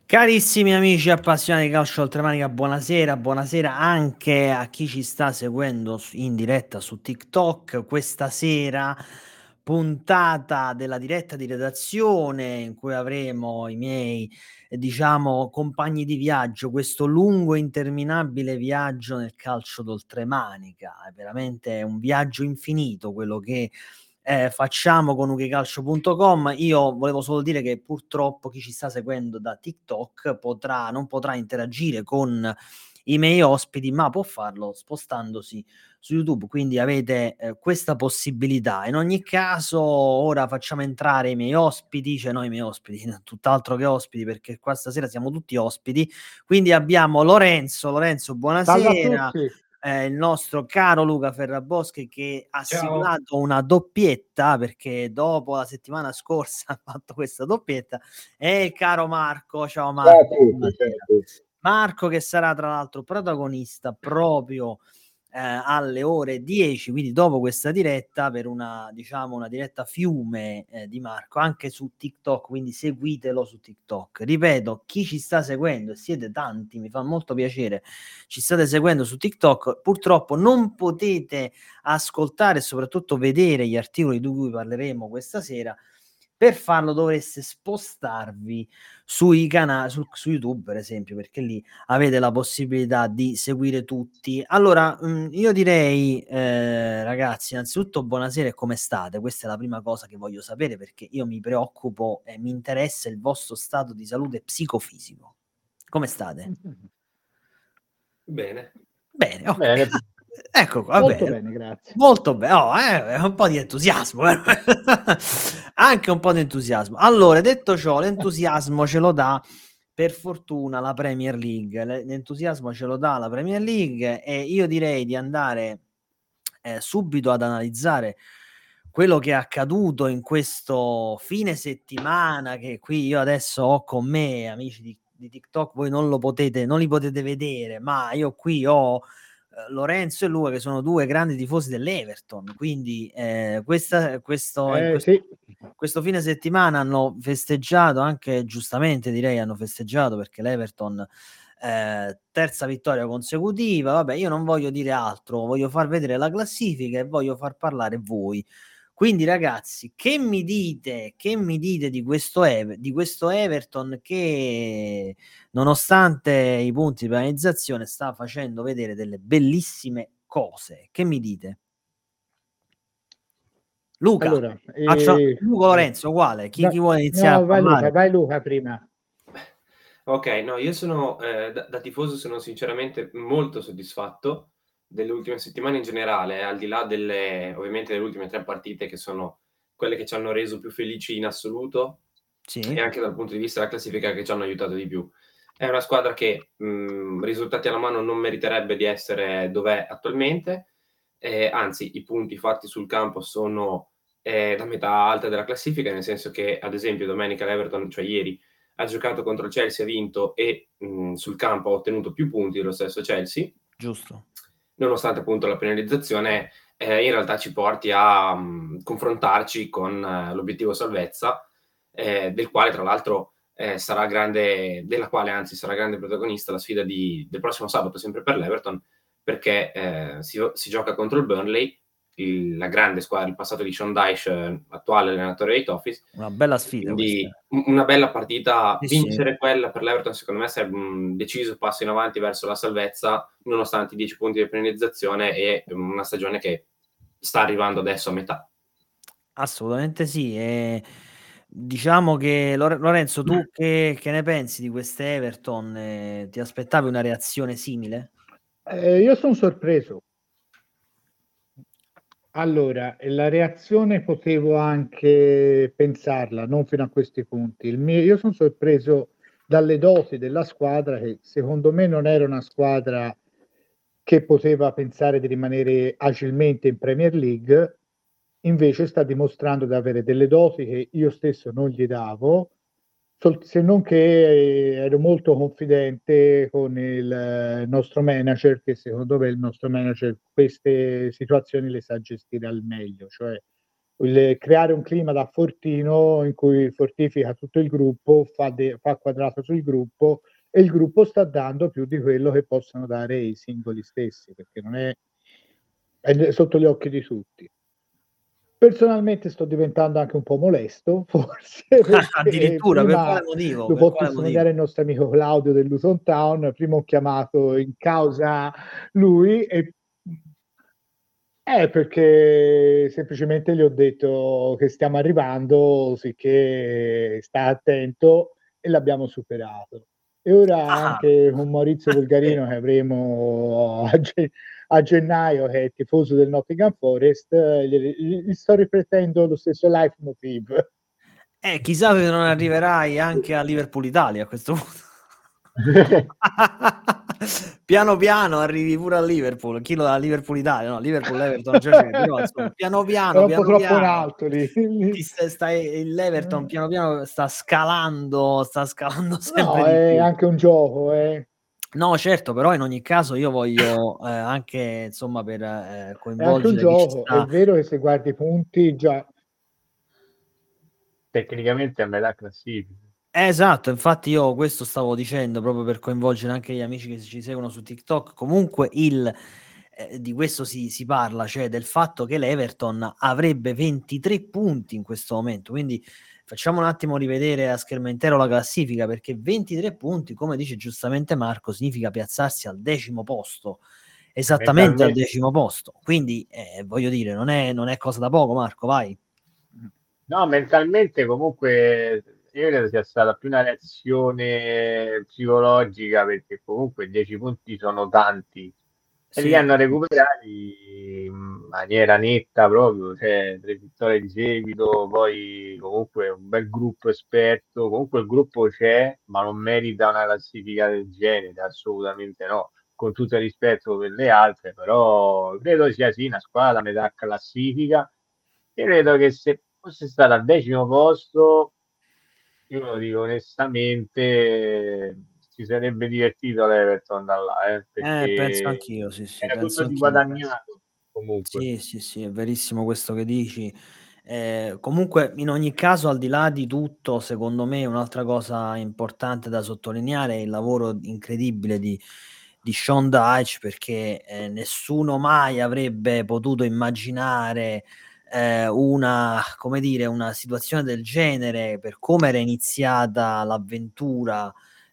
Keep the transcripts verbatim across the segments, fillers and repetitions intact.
Carissimi amici appassionati di calcio oltremanica, buonasera, buonasera anche a chi ci sta seguendo s- in diretta su TikTok. Questa sera, puntata della diretta di redazione in cui avremo i miei, eh, diciamo, compagni di viaggio, questo lungo e interminabile viaggio nel calcio d'oltremanica. È veramente un viaggio infinito quello che ehm, facciamo con ughecalcio punto com. Io volevo solo dire che purtroppo chi ci sta seguendo da TikTok potrà non potrà interagire con i miei ospiti, ma può farlo spostandosi su YouTube, quindi avete, ehm, questa possibilità. In ogni caso ora facciamo entrare i miei ospiti, cioè no i miei ospiti, tutt'altro che ospiti, perché qua stasera siamo tutti ospiti. Quindi abbiamo Lorenzo. Lorenzo, Salve a buonasera. tutti. Eh, il nostro caro Luca Ferraboschi che ha Ciao. siglato una doppietta perché dopo la settimana scorsa ha fatto questa doppietta, e il caro Marco. Ciao Ciao a Marco, tutti, ciao a buonasera. tutti. Marco che sarà tra l'altro protagonista proprio eh, alle ore dieci, quindi dopo questa diretta, per una, diciamo, una diretta fiume eh, di Marco anche su TikTok, quindi seguitelo su TikTok. Ripeto, chi ci sta seguendo, e siete tanti, mi fa molto piacere, ci state seguendo su TikTok, purtroppo non potete ascoltare e soprattutto vedere gli articoli di cui parleremo questa sera. Per farlo dovreste spostarvi sui canali su, su YouTube, per esempio, perché lì avete la possibilità di seguire tutti. Allora, mh, io direi, eh, ragazzi, innanzitutto buonasera e come state? Questa è la prima cosa che voglio sapere, perché io mi preoccupo e mi interessa il vostro stato di salute psicofisico. Come state? Bene. Bene, ok. Bene, Ecco qua, molto bene. bene, grazie. Molto bene, oh, eh, un po' di entusiasmo, eh. Anche un po' di entusiasmo. Allora, detto ciò, l'entusiasmo ce lo dà per fortuna la Premier League. L- L'entusiasmo ce lo dà la Premier League e io direi di andare eh, subito ad analizzare quello che è accaduto in questo fine settimana, che qui io adesso ho con me, amici di, di TikTok, voi non lo potete, non li potete vedere, ma io qui ho eh, Lorenzo e Luca che sono due grandi tifosi dell'Everton, quindi eh, questa, questo, in Eh, questo, sì, questo fine settimana hanno festeggiato, anche giustamente direi hanno festeggiato, perché l'Everton eh, terza vittoria consecutiva. Vabbè, io non voglio dire altro, voglio far vedere la classifica e voglio far parlare voi. Quindi ragazzi, che mi dite, che mi dite di questo, Ever- di questo Everton che nonostante i punti di penalizzazione sta facendo vedere delle bellissime cose? Che mi dite? Luca, allora, faccio eh, Luca, eh, Lorenzo, uguale, chi, chi no, vuole iniziare a no, vai Luca, parlare? vai Luca prima. Ok, no, io sono eh, da, da tifoso sono sinceramente molto soddisfatto delle ultime settimane in generale, eh, al di là delle, ovviamente, delle ultime tre partite che sono quelle che ci hanno reso più felici in assoluto Sì, e anche dal punto di vista della classifica che ci hanno aiutato di più. È una squadra che mh, risultati alla mano non meriterebbe di essere dov'è attualmente, eh, anzi i punti fatti sul campo sono eh, la metà alta della classifica, nel senso che ad esempio domenica l'Everton, cioè ieri, ha giocato contro il Chelsea, ha vinto e mh, sul campo ha ottenuto più punti dello stesso Chelsea, giusto. nonostante appunto la penalizzazione eh, in realtà ci porti a mh, confrontarci con eh, l'obiettivo salvezza, eh, del quale tra l'altro eh, sarà grande, della quale anzi sarà grande protagonista la sfida di, del prossimo sabato sempre per l'Everton, perché eh, si, si gioca contro il Burnley, il, la grande squadra, il passato di Sean Dyche, attuale allenatore dei Toffees. Una bella sfida questa. Quindi una bella partita, Sì, sì. vincere quella per l'Everton secondo me sarebbe un deciso passo in avanti verso la salvezza, nonostante i dieci punti di penalizzazione e una stagione che sta arrivando adesso a metà. Assolutamente sì. E diciamo che Lore- Lorenzo, tu che, che ne pensi di queste Everton? Eh, ti aspettavi una reazione simile? Eh, io sono sorpreso. Allora, la reazione potevo anche pensarla, non fino a questi punti. Il mio- io sono sorpreso dalle doti della squadra, che secondo me non era una squadra che poteva pensare di rimanere agilmente in Premier League, invece sta dimostrando di avere delle doti che io stesso non gli davo, sol- se non che eh, ero molto confidente con il eh, nostro manager, che secondo me il nostro manager queste situazioni le sa gestire al meglio, cioè il creare un clima da fortino in cui fortifica tutto il gruppo, fa de fa quadrato sul gruppo e il gruppo sta dando più di quello che possono dare i singoli stessi, perché non è è d sotto gli occhi di tutti. Personalmente sto diventando anche un po' molesto, forse perché Addirittura, per prima quale motivo? lo Per quale possiamo motivo? vedere il nostro amico Claudio del Luton Town, prima ho chiamato in causa lui e mhmm, eh, perché semplicemente gli ho detto che stiamo arrivando, sicché sta attento e l'abbiamo superato. E ora Ah, anche con Maurizio bene. Volgarino che avremo a ge a gennaio, che è tifoso del Nottingham Forest, gli gli gli sto ripetendo lo stesso leitmotiv. Eh, chissà se non arriverai anche a Liverpool Italia a questo punto. Piano piano arrivi pure a Liverpool, chi lo dà Liverpool Italia, no, Liverpool Everton già c'è, però insomma piano piano, Era un po' piano troppo in piano alto lì ti lì. sta stai l'Everton piano piano sta scalando sta scalando sempre No, di è più. anche un gioco, eh. No, certo, però in ogni caso io voglio, ehm, anche insomma per, ehm, È anche un coinvolgere chi ci gioco. È sta vero che se guardi i punti già Tecnicamente a metà classifica. Eh, esatto, infatti io questo stavo dicendo proprio per coinvolgere anche gli amici che ci seguono su TikTok. Comunque il ehm, di questo si si parla, cioè del fatto che l'Everton avrebbe ventitré punti in questo momento, quindi facciamo un attimo rivedere a schermo intero la classifica, perché ventitré punti, come dice giustamente Marco, significa piazzarsi al decimo posto, esattamente al Mentalmente decimo posto. Quindi, eh, voglio dire, non è non è cosa da poco Marco, vai. no, mentalmente comunque io credo sia stata più una reazione psicologica perché comunque dieci punti sono tanti e li Sì. hanno recuperati in maniera netta proprio, cioè tre vittorie di seguito, poi comunque un bel gruppo esperto, comunque il gruppo c'è, ma non merita una classifica del genere, assolutamente no, con tutto il rispetto per le altre, però credo sia sì una squadra a metà classifica. Io credo che se fosse stata al decimo posto, io lo dico onestamente, si sarebbe divertito l'Everton da là, eh, Eh, penso perché anch'io, sì, sì, era penso tutto di anch'io. guadagnato comunque. Sì, sì, sì, è verissimo questo che dici. Ehm, comunque in ogni caso, al di là di tutto, secondo me un'altra cosa importante da sottolineare è il lavoro incredibile di di Sean Dyche, perché, ehm, nessuno mai avrebbe potuto immaginare, ehm, una come dire, una situazione del genere per come era iniziata l'avventura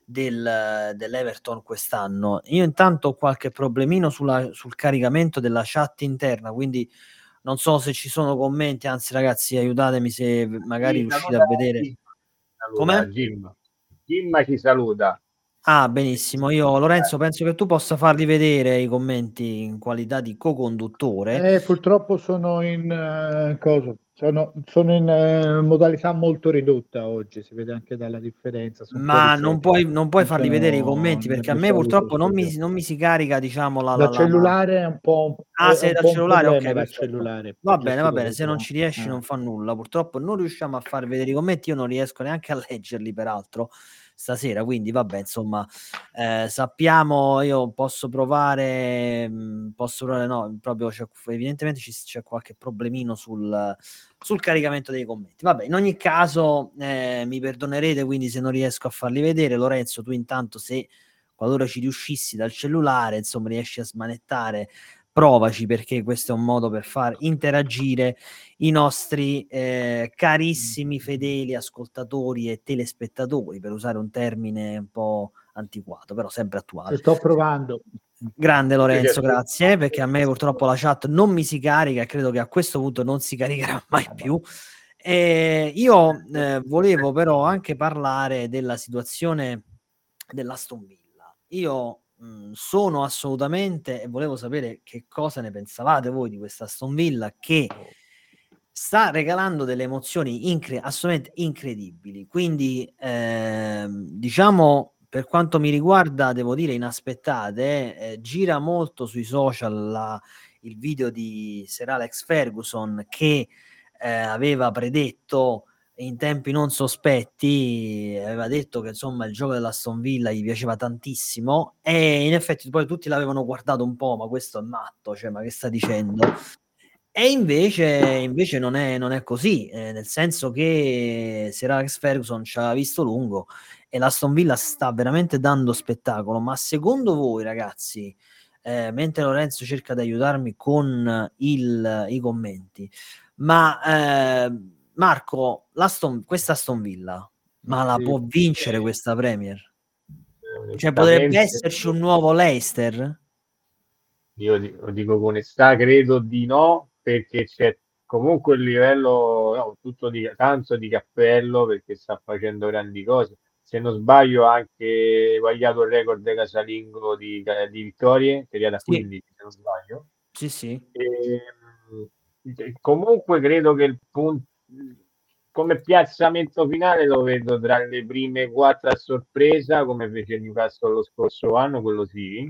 del dell'Everton quest'anno. Io intanto ho qualche problemino sulla sul caricamento della chat interna, quindi non so se ci sono commenti, anzi ragazzi aiutatemi se v magari Sì, riuscite a saluta vedere Jim, saluta come? Jim. Jim ci saluta. Ah, benissimo. Io Lorenzo penso che tu possa farli vedere i commenti in qualità di co-conduttore. Eh, purtroppo sono in eh, coso, sono, sono in eh, modalità molto ridotta oggi, si vede anche dalla differenza, sono fuori Ma non sede, puoi non puoi non farli vedere i sono commenti, nel perché a mio me solito purtroppo non studio. mi non mi si carica diciamo la Da la la la cellulare è un po' ah, è è sei un dal po' un cellulare? problema Okay, da perfetto. cellulare, Va bene, va bene, se non gestire ci riesci eh. non fa nulla. Purtroppo non riusciamo a far vedere i commenti, io non riesco neanche a leggerli peraltro stasera, quindi vabbè insomma, ehm, sappiamo io posso provare mhmm, posso provare no, proprio c'è evidentemente ci s c'è qualche problemino sul sul caricamento dei commenti. Vabbè, in ogni caso, ehm, mi perdonerete quindi se non riesco a farli vedere. Lorenzo, tu intanto se qualora ci riuscissi dal cellulare, insomma, riesci a smanettare, provaci, perché questo è un modo per far interagire i nostri, ehm, carissimi fedeli ascoltatori e telespettatori, per usare un termine un po' antiquato, però sempre Ci attuale. sto provando. Grande Io ti Lorenzo, ascolto grazie, perché a me purtroppo la chat non mi si carica e credo che a questo punto non si caricherà mai più. Ehm, io, ehm, volevo però anche parlare della situazione dell'Aston Villa. Io, mhmm, sono assolutamente e volevo sapere che cosa ne pensavate voi di questa Aston Villa che sta regalando delle emozioni incre assolutamente incredibili. Quindi, ehm, diciamo, per quanto mi riguarda, devo dire inaspettate, ehm, gira molto sui social la il video di Sir Alex Ferguson che, ehm, aveva predetto in tempi non sospetti, aveva detto che insomma il gioco dell'Aston Villa gli piaceva tantissimo e in effetti poi tutti l'avevano guardato un po': "Ma questo è matto, cioè ma che sta dicendo?" E invece, invece non è, non è così, eh, nel senso che Sir Alex Ferguson ci ha visto lungo e l'Aston Villa sta veramente dando spettacolo. Ma secondo voi, ragazzi, eh, mentre Lorenzo cerca di aiutarmi con il, i commenti, ma eh, Marco, l'Aston, questa Aston Villa, ma la Sì, può vincere eh, questa Premier? Cioè potrebbe onestamente, esserci un nuovo Leicester? io di- lo dico con onestà, credo di no, perché c'è comunque il livello, no, tutto di, tanto di cappello, perché sta facendo grandi cose. Se non sbaglio, ha anche guagliato il record casalingo di, di vittorie, che era da Sì, quindici, se non sbaglio. sì, sì. E, comunque credo che il punto come piazzamento finale lo vedo tra le prime quattro a sorpresa, come fece Newcastle lo scorso anno, quello sì.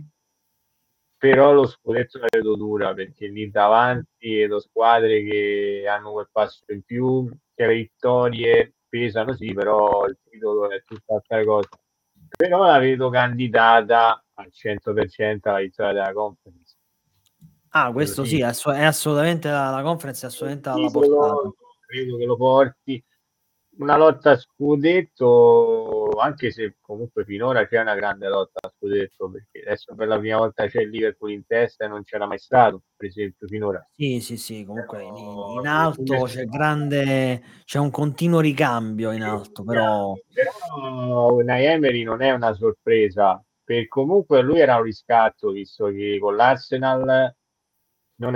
Però lo scudetto la vedo dura perché lì davanti vedo squadre che hanno quel passo in più, che le vittorie pesano sì, però il titolo è tutt'altra cosa. Però la vedo candidata al cento per cento alla vittoria della Conference. Ah, Quello questo sì, sì. è, ass- è assolutamente la, la conference è assolutamente alla portata. Titolo, credo che lo porti. Una lotta a scudetto, anche se comunque finora c'è una grande lotta a scudetto, perché adesso per la prima volta c'è il Liverpool in testa e non c'era mai stato, per esempio, finora. Sì, sì, sì, comunque in, in Però, le alto c'è Bundesliga- grande, c'è un continuo ricambio in alto, però Però Unai Emery non è una sorpresa, perché comunque lui era un riscatto, visto che con l'Arsenal non è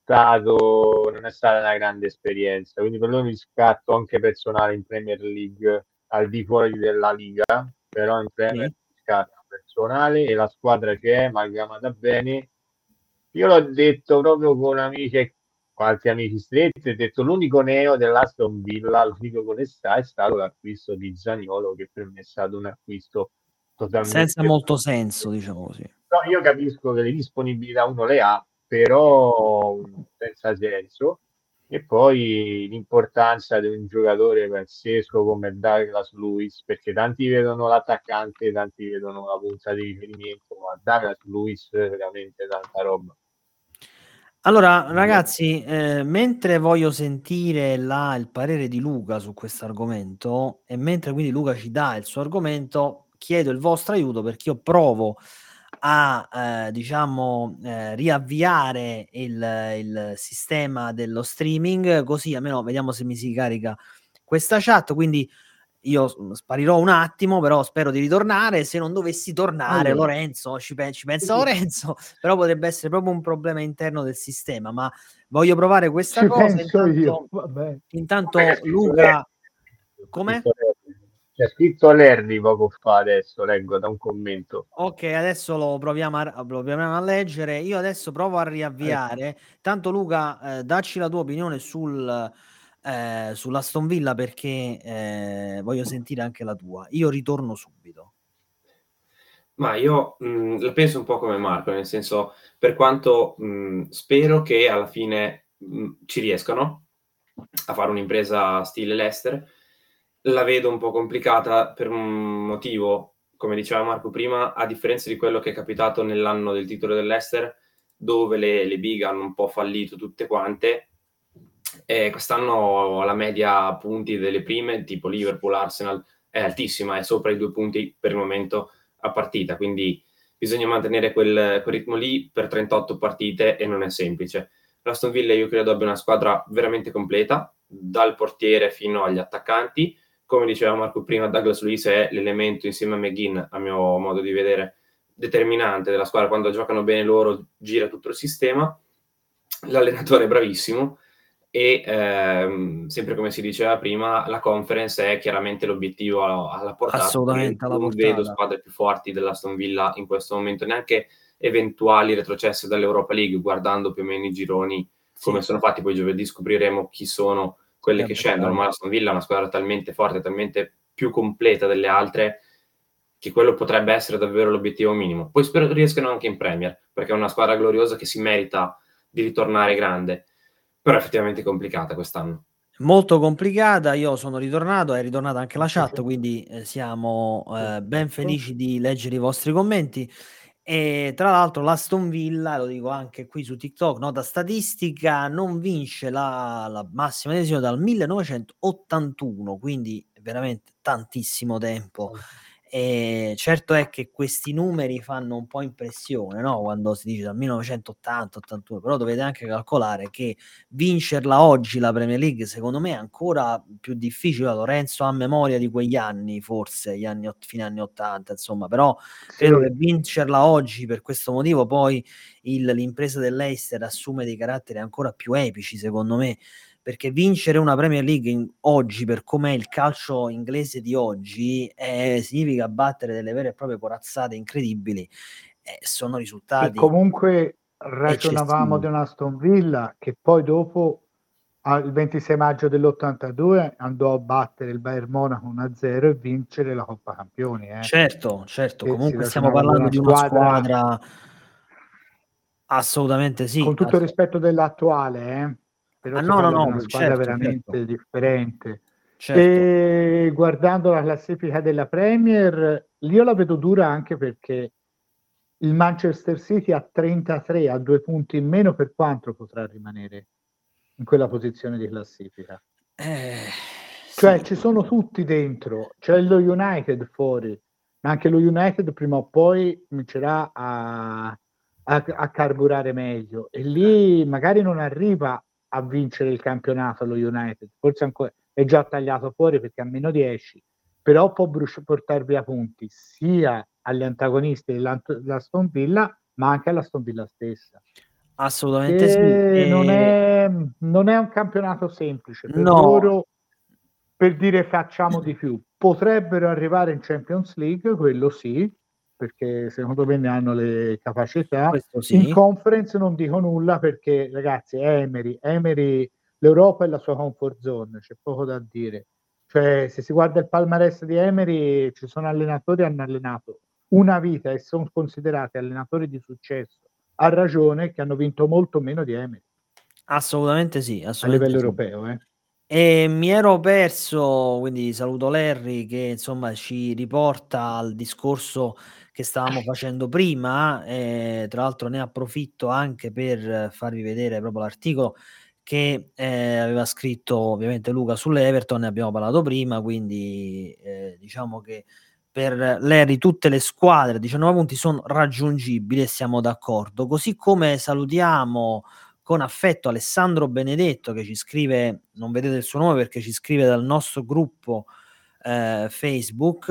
stato, non è stata una grande esperienza, quindi per lui è un riscatto anche personale in Premier League, al di fuori della Liga, però in Premier è sì. un riscatto personale e la squadra c'è, amalgamata bene. Io l'ho detto proprio con amici e con altri amici stretti, ho detto l'unico neo dell'Aston Villa, l'unico con onestà, è stato l'acquisto di Zaniolo, che per me è stato un acquisto Senza totalmente molto senso, diciamo così. no, io capisco che le disponibilità uno le ha, però senza senso. E poi l'importanza di un giocatore pazzesco come Douglas Lewis, perché tanti vedono l'attaccante, tanti vedono la punta di riferimento, ma Douglas Lewis è veramente tanta roba. Allora, ragazzi, eh, mentre voglio sentire la, il parere di Luca su questo argomento e mentre quindi Luca ci dà il suo argomento, chiedo il vostro aiuto perché io provo a eh, diciamo eh, riavviare il, il sistema dello streaming, così almeno vediamo se mi si carica questa chat. Quindi io sparirò un attimo, però spero di ritornare. Se non dovessi tornare, Allora, Lorenzo, ci, pe- ci pensa Lorenzo, però potrebbe essere proprio un problema interno del sistema. Ma voglio provare questa Ci cosa. penso io. Intanto, Vabbè. intanto c'è scritto Luca, Lerdi, come? c'è scritto Lerdi poco fa, adesso leggo da un commento. Ok, adesso lo proviamo a, lo proviamo a leggere. Io adesso provo a riavviare. Tanto Luca, eh, dacci la tua opinione sul, eh, sull'Aston Villa perché eh, voglio sentire anche la tua. Io ritorno subito. Ma io mh, la penso un po' come Marco, nel senso, per quanto mh, spero che alla fine mh, ci riescano a fare un'impresa stile Leicester, la vedo un po' complicata per un motivo, come diceva Marco prima, a differenza di quello che è capitato nell'anno del titolo dell'Leicester, dove le, le big hanno un po' fallito tutte quante, e quest'anno la media punti delle prime, tipo Liverpool, Arsenal, è altissima, è sopra i due punti per il momento a partita, quindi bisogna mantenere quel, quel ritmo lì per trentotto partite e non è semplice. L'Aston Villa io credo abbia una squadra veramente completa, dal portiere fino agli attaccanti. Come diceva Marco prima, Douglas Luiz è l'elemento insieme a McGinn, a mio modo di vedere, determinante della squadra. Quando giocano bene loro gira tutto il sistema. L'allenatore è bravissimo e ehm, sempre come si diceva prima, la conference è chiaramente l'obiettivo alla, alla portata. Assolutamente alla Non vedo portata. squadre più forti dell'Aston Villa in questo momento, neanche eventuali retrocesse dall'Europa League, guardando più o meno i gironi come Sì. sono fatti. Poi giovedì scopriremo chi sono quelle Eh che beh, scendono, dai. ma l'Aston Villa è una squadra talmente forte, talmente più completa delle altre, che quello potrebbe essere davvero l'obiettivo minimo. Poi spero riescano anche in Premier, perché è una squadra gloriosa che si merita di ritornare grande, però è effettivamente complicata quest'anno. Molto complicata, io sono ritornato, è ritornata anche la chat, quindi eh, siamo eh, ben felici di leggere i vostri commenti E tra l'altro l'Aston Villa, lo dico anche qui su TikTok, nota statistica, non vince la, la massima divisione dal millenovecentottantuno, quindi veramente tantissimo tempo. E certo è che questi numeri fanno un po' impressione, no? Quando si dice dal millenovecentottanta ottantuno, però dovete anche calcolare che vincerla oggi la Premier League secondo me è ancora più difficile. Lorenzo ha memoria di quegli anni, forse gli anni fine anni ottanta, insomma, però credo Sì. che vincerla oggi per questo motivo poi il, l'impresa dell'Leicester assume dei caratteri ancora più epici, secondo me, perché vincere una Premier League in, oggi, per com'è il calcio inglese di oggi, eh, significa battere delle vere e proprie corazzate incredibili. Eh, sono risultati E comunque ragionavamo eccessivi. di una Aston Villa che poi dopo, il ventisei maggio dell'ottantadue, andò a battere il Bayern Monaco uno a zero e vincere la Coppa Campioni. Eh. Certo, certo, E comunque stiamo di parlando una di una squadra, squadra, assolutamente sì. con tutto il Ass- rispetto dell'attuale, eh, però ah, si no, no, parla di una no, squadra certo, veramente certo, differente. certo. E guardando la classifica della Premier, io la vedo dura anche perché il Manchester City ha trentatré, ha due punti in meno, per quanto potrà rimanere in quella posizione di classifica. Eh, Cioè sì. ci sono tutti dentro, c'è lo United fuori, ma anche lo United prima o poi comincerà a, a, a carburare meglio e lì magari non arriva a vincere il campionato lo United, forse ancora è già tagliato fuori perché ha meno dieci, però può bruci- portare via punti sia agli antagonisti dell'Aston Villa ma anche all'Aston Villa stessa. Assolutamente sì. Che non E... è, non è un campionato semplice per No, loro, per dire facciamo di più. Potrebbero arrivare in Champions League, quello sì, perché secondo me ne hanno le capacità. questo In sì. Conference non dico nulla perché, ragazzi, è Emery, Emery, l'Europa è la sua comfort zone, c'è poco da dire. Cioè, se si guarda il palmarès di Emery, ci sono allenatori che hanno allenato una vita e sono considerati allenatori di successo a ragione, che hanno vinto molto meno di Emery Assolutamente sì, a livello assolutamente sì. europeo. Eh. E mi ero perso, quindi saluto Larry che insomma ci riporta al discorso che stavamo facendo prima, e tra l'altro ne approfitto anche per farvi vedere proprio l'articolo che eh, aveva scritto ovviamente Luca sull'Everton, ne abbiamo parlato prima, quindi eh, diciamo che per Larry tutte le squadre diciannove punti sono raggiungibili e siamo d'accordo, così come salutiamo con affetto Alessandro Benedetto che ci scrive, non vedete il suo nome perché ci scrive dal nostro gruppo eh, Facebook.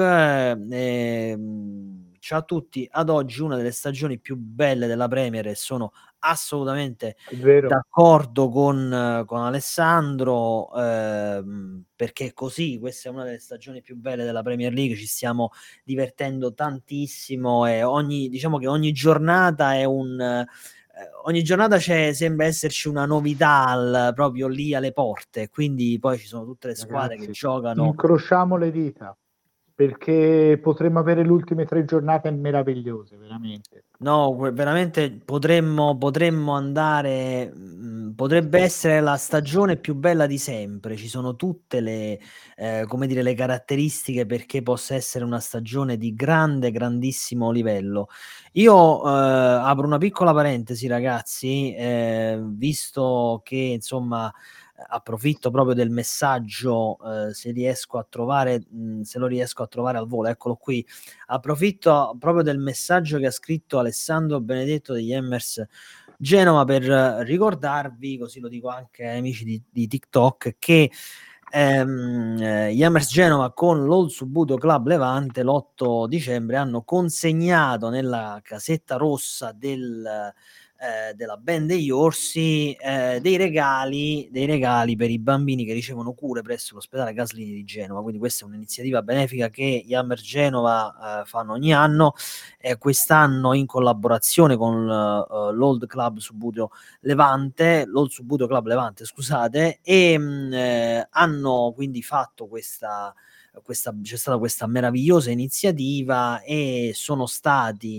Eh, ciao a tutti, ad oggi una delle stagioni più belle della Premier e sono assolutamente d'accordo con, con Alessandro, ehm, perché così questa è una delle stagioni più belle della Premier League, ci stiamo divertendo tantissimo e ogni, diciamo che ogni giornata è un ogni giornata c'è, sembra esserci una novità al, proprio lì alle porte, quindi poi ci sono tutte le squadre Ragazzi, che giocano. incrociamo le dita perché potremmo avere le ultime tre giornate meravigliose, veramente. No, veramente potremmo, potremmo andare, mh, potrebbe essere la stagione più bella di sempre, ci sono tutte le, eh, come dire, le caratteristiche perché possa essere una stagione di grande, grandissimo livello. Io eh, apro una piccola parentesi, ragazzi, eh, visto che insomma approfitto proprio del messaggio, eh, se riesco a trovare, mh, se lo riesco a trovare al volo, eccolo qui. Approfitto proprio del messaggio che ha scritto Alessandro Benedetto degli Emmers Genova per ricordarvi, così lo dico anche ai amici di, di TikTok, che ehm, eh, gli Emmers Genova con l'Old Subuto Club Levante l'otto dicembre hanno consegnato nella casetta rossa del eh, della band degli orsi eh, dei regali dei regali per i bambini che ricevono cure presso l'ospedale Gaslini di Genova. Quindi questa è un'iniziativa benefica che gli Hammer Genova eh, fanno ogni anno, e quest'anno in collaborazione con uh, l'Old Club Subuto Levante l'Old Subuto Club Levante scusate e mh, eh, hanno quindi fatto questa questa, c'è stata questa meravigliosa iniziativa e sono stati,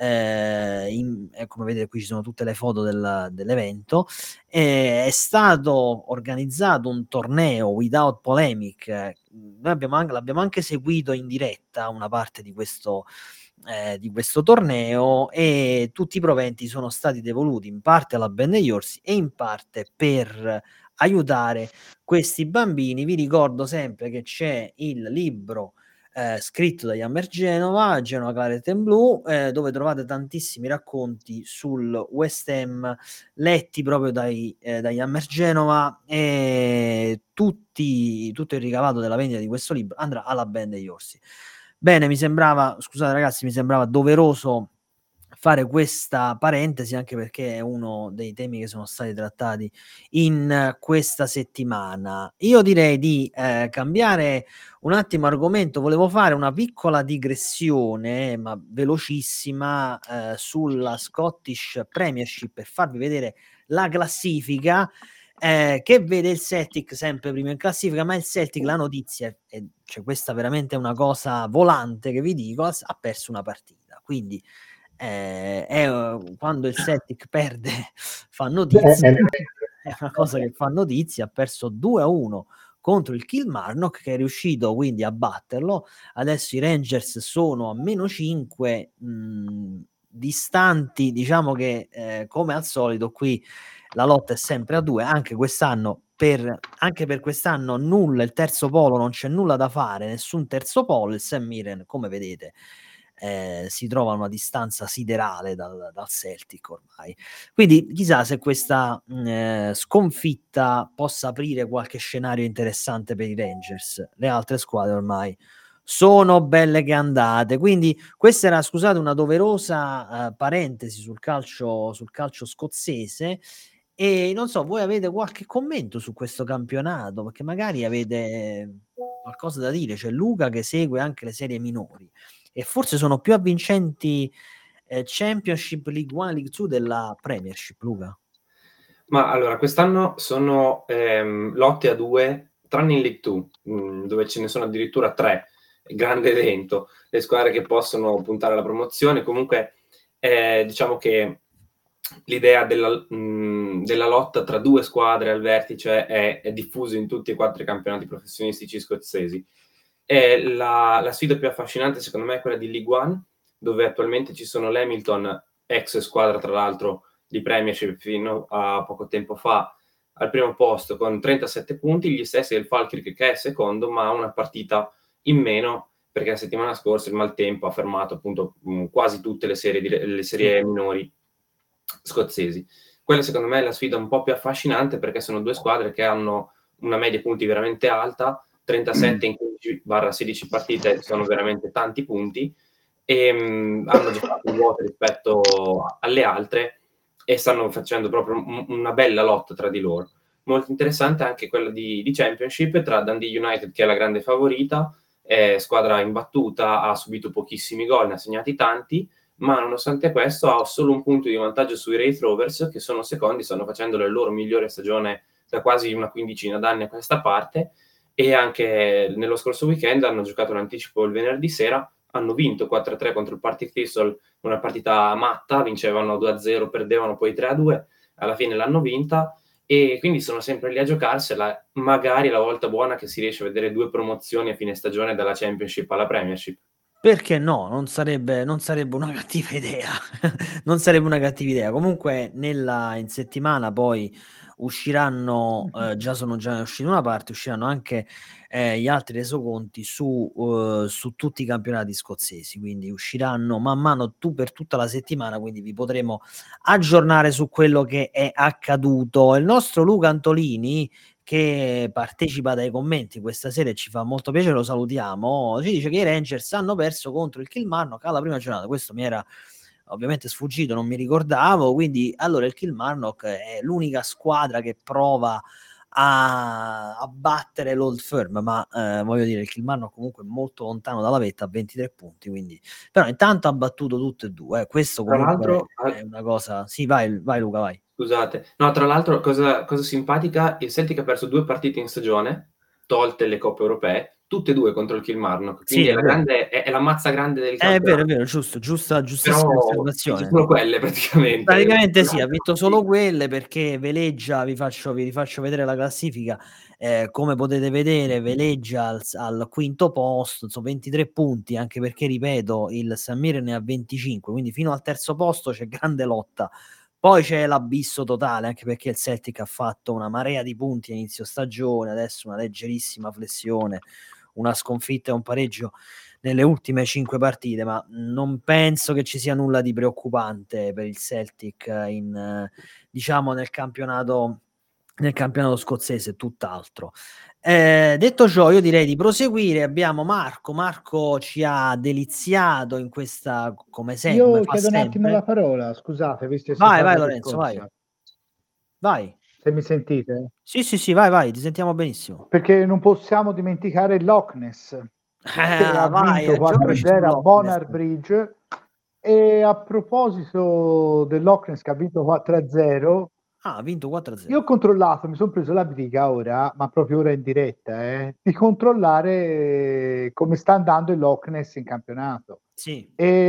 eh, in, eh, come vedete qui ci sono tutte le foto del, dell'evento, eh, è stato organizzato un torneo without polemic. Noi abbiamo anche, l'abbiamo anche seguito in diretta una parte di questo Eh, di questo torneo, e tutti i proventi sono stati devoluti in parte alla band degli orsi e in parte per aiutare questi bambini. Vi ricordo sempre che c'è il libro eh, scritto da Yammer Genova, Genova Claret and Blue, eh, dove trovate tantissimi racconti sul West Ham letti proprio dai, eh, da Yammer Genova, e tutti, tutto il ricavato della vendita di questo libro andrà alla band degli orsi. Bene, mi sembrava, scusate ragazzi, mi sembrava doveroso fare questa parentesi, anche perché è uno dei temi che sono stati trattati in questa settimana. Io direi di eh, cambiare un attimo argomento. Volevo fare una piccola digressione, ma velocissima, eh, sulla Scottish Premiership e farvi vedere la classifica. Eh, che vede il Celtic sempre primo in classifica, ma il Celtic, la notizia è, cioè, questa veramente è una cosa volante che vi dico, ha perso una partita, quindi eh, è, quando il Celtic perde fa notizia, è una cosa che fa notizia. Ha perso due a uno contro il Kilmarnock, che è riuscito quindi a batterlo. Adesso i Rangers sono a meno cinque, mh, distanti, diciamo che eh, come al solito qui la lotta è sempre a due, anche quest'anno per, anche per quest'anno nulla, il terzo polo non c'è nulla da fare, nessun terzo polo. Il St Mirren, come vedete, eh, si trova a una distanza siderale dal, dal Celtic ormai, quindi chissà se questa mh, eh, sconfitta possa aprire qualche scenario interessante per i Rangers. Le altre squadre ormai sono belle che andate, quindi questa era, scusate, una doverosa eh, parentesi sul calcio, sul calcio scozzese. E non so, voi avete qualche commento su questo campionato, perché magari avete qualcosa da dire. C'è Luca che segue anche le serie minori e forse sono più avvincenti eh, Championship, League One, League Two della Premiership. Luca? Ma allora, quest'anno sono ehm, lotte a due, tranne in League Two, mh, dove ce ne sono addirittura tre. Grande evento, le squadre che possono puntare alla promozione. Comunque eh, diciamo che l'idea della, mh, della lotta tra due squadre al vertice è, è diffusa in tutti e quattro i campionati professionistici scozzesi. E la, la sfida più affascinante secondo me è quella di League One, dove attualmente ci sono l'Hamilton, ex squadra tra l'altro di Premiership fino a poco tempo fa, al primo posto con trentasette punti, gli stessi del Falkirk che è secondo, ma ha una partita in meno perché la settimana scorsa il maltempo ha fermato appunto mh, quasi tutte le serie, di, le serie minori scozzesi. Quella secondo me è la sfida un po' più affascinante, perché sono due squadre che hanno una media punti veramente alta, trentasette in quindici sedici partite sono veramente tanti punti, e mh, hanno giocato in vuoto rispetto alle altre e stanno facendo proprio un, una bella lotta tra di loro. Molto interessante anche quella di, di Championship tra Dundee United, che è la grande favorita, è squadra imbattuta, ha subito pochissimi gol, ne ha segnati tanti, ma nonostante questo ha solo un punto di vantaggio sui Raith Rovers, che sono secondi, stanno facendo la loro migliore stagione da quasi una quindicina d'anni a questa parte, e anche nello scorso weekend hanno giocato l'anticipo il venerdì sera, hanno vinto quattro a tre contro il Partick Thistle, una partita matta, vincevano due a zero, perdevano poi tre a due, alla fine l'hanno vinta, e quindi sono sempre lì a giocarsela, magari la volta buona che si riesce a vedere due promozioni a fine stagione dalla Championship alla Premiership. Perché no? Non sarebbe, non sarebbe una cattiva idea. Non sarebbe una cattiva idea. Comunque nella, in settimana poi usciranno, eh, già sono già usciti una parte, usciranno anche eh, gli altri resoconti su, uh, su tutti i campionati scozzesi, quindi usciranno man mano tu per tutta la settimana, quindi vi potremo aggiornare su quello che è accaduto. Il nostro Luca Antolini, che partecipa dai commenti questa sera e ci fa molto piacere, lo salutiamo, ci dice che i Rangers hanno perso contro il Kilmarnock alla prima giornata. Questo mi era ovviamente sfuggito, non mi ricordavo. Quindi allora il Kilmarnock è l'unica squadra che prova a, a battere l'Old Firm, ma eh, voglio dire, il Kilmarnock comunque è molto lontano dalla vetta a ventitré punti, quindi però intanto ha battuto tutte e due, eh. Questo comunque è una cosa. Sì, vai, vai Luca, vai. Scusate, no, tra l'altro cosa, cosa simpatica, il Celtic ha perso due partite in stagione, tolte le coppe europee, tutte e due contro il Kilmarnock, quindi Sì, è, la è vero. grande, è, è la mazza grande del Eh, È campionato. vero, è vero, giusto, giusta, giustissima Però osservazione. sono quelle praticamente. Praticamente sì, ha vinto solo quelle perché veleggia, vi faccio, vi rifaccio vedere la classifica, eh, come potete vedere veleggia al, al quinto posto, insomma ventitré punti, anche perché ripeto il St. Mirren ne ha venticinque, quindi fino al terzo posto c'è grande lotta. Poi c'è l'abisso totale, anche perché il Celtic ha fatto una marea di punti a inizio stagione, adesso una leggerissima flessione, una sconfitta e un pareggio nelle ultime cinque partite, ma non penso che ci sia nulla di preoccupante per il Celtic in, diciamo, nel campionato nel campionato scozzese, tutt'altro. Eh, detto ciò, io direi di proseguire. Abbiamo Marco. Marco ci ha deliziato in questa, come sempre, Io come fa chiedo un attimo sempre. la parola, scusate, visto che si Vai, vai parla di Lorenzo, vai. Scozia. Vai. Se mi sentite? Sì, sì, sì, vai, vai, ti sentiamo benissimo. Perché non possiamo dimenticare il Loch Ness, che Ah, ha vai, vinto quattro a zero a Bonar Bridge. E a proposito del Loch Ness che ha vinto quattro a zero, ah, ha vinto quattro a zero. Io ho controllato, mi sono preso la briga ora, ma proprio ora in diretta, eh, di controllare come sta andando il Loch Ness in campionato. Sì.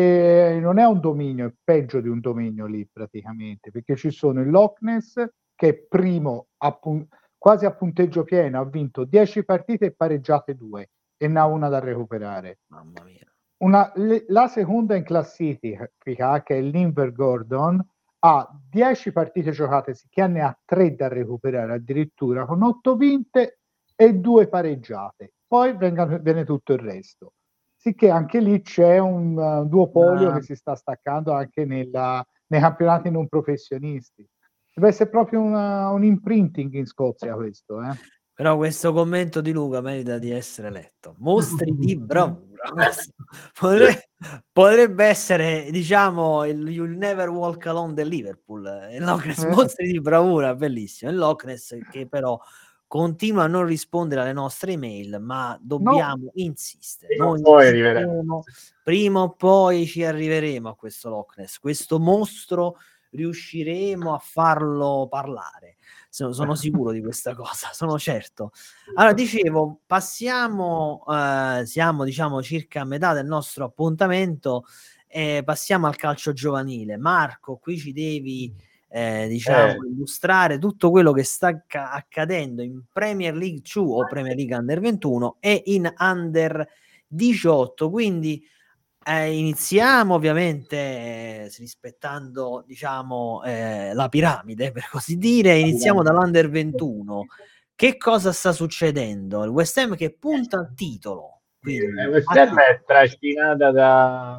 E non è un dominio, è peggio di un dominio lì praticamente, perché ci sono il Loch Ness che è primo a pun- quasi a punteggio pieno, ha vinto dieci partite e pareggiate due e ne ha una da recuperare. Mamma mia. Una, le, la seconda in classifica, che è l'Invergordon, ha dieci partite giocate, che ne ha tre da recuperare addirittura, con otto vinte e due pareggiate. Poi venga, viene tutto il resto. Sicché anche lì c'è un uh, duopolio Ma... che si sta staccando anche nella, nei campionati non professionisti. Deve essere proprio una, un imprinting in Scozia questo, eh. Però questo commento di Luca merita di essere letto. Mostri di bravura. Potrebbe, potrebbe essere, diciamo, il You'll Never Walk Alone del Liverpool. Il Loch Ness, mostri di bravura, bellissimo. Il Loch Ness che però continua a non rispondere alle nostre email, ma dobbiamo no. insistere. Noi insisteremo, prima o poi ci arriveremo a questo Loch Ness, questo mostro riusciremo a farlo parlare. Sono, sono sicuro di questa cosa, sono certo. Allora, dicevo, passiamo, eh, siamo diciamo circa a metà del nostro appuntamento e passiamo al calcio giovanile. Marco, qui ci devi eh, diciamo eh. illustrare tutto quello che sta acc- accadendo in Premier League due o Premier League Under ventuno e in Under diciotto, quindi Eh, iniziamo ovviamente eh, rispettando diciamo eh, la piramide, per così dire. Iniziamo dall'Under ventuno. Che cosa sta succedendo? Il West Ham che punta al titolo, quindi il West Ham è trascinata da,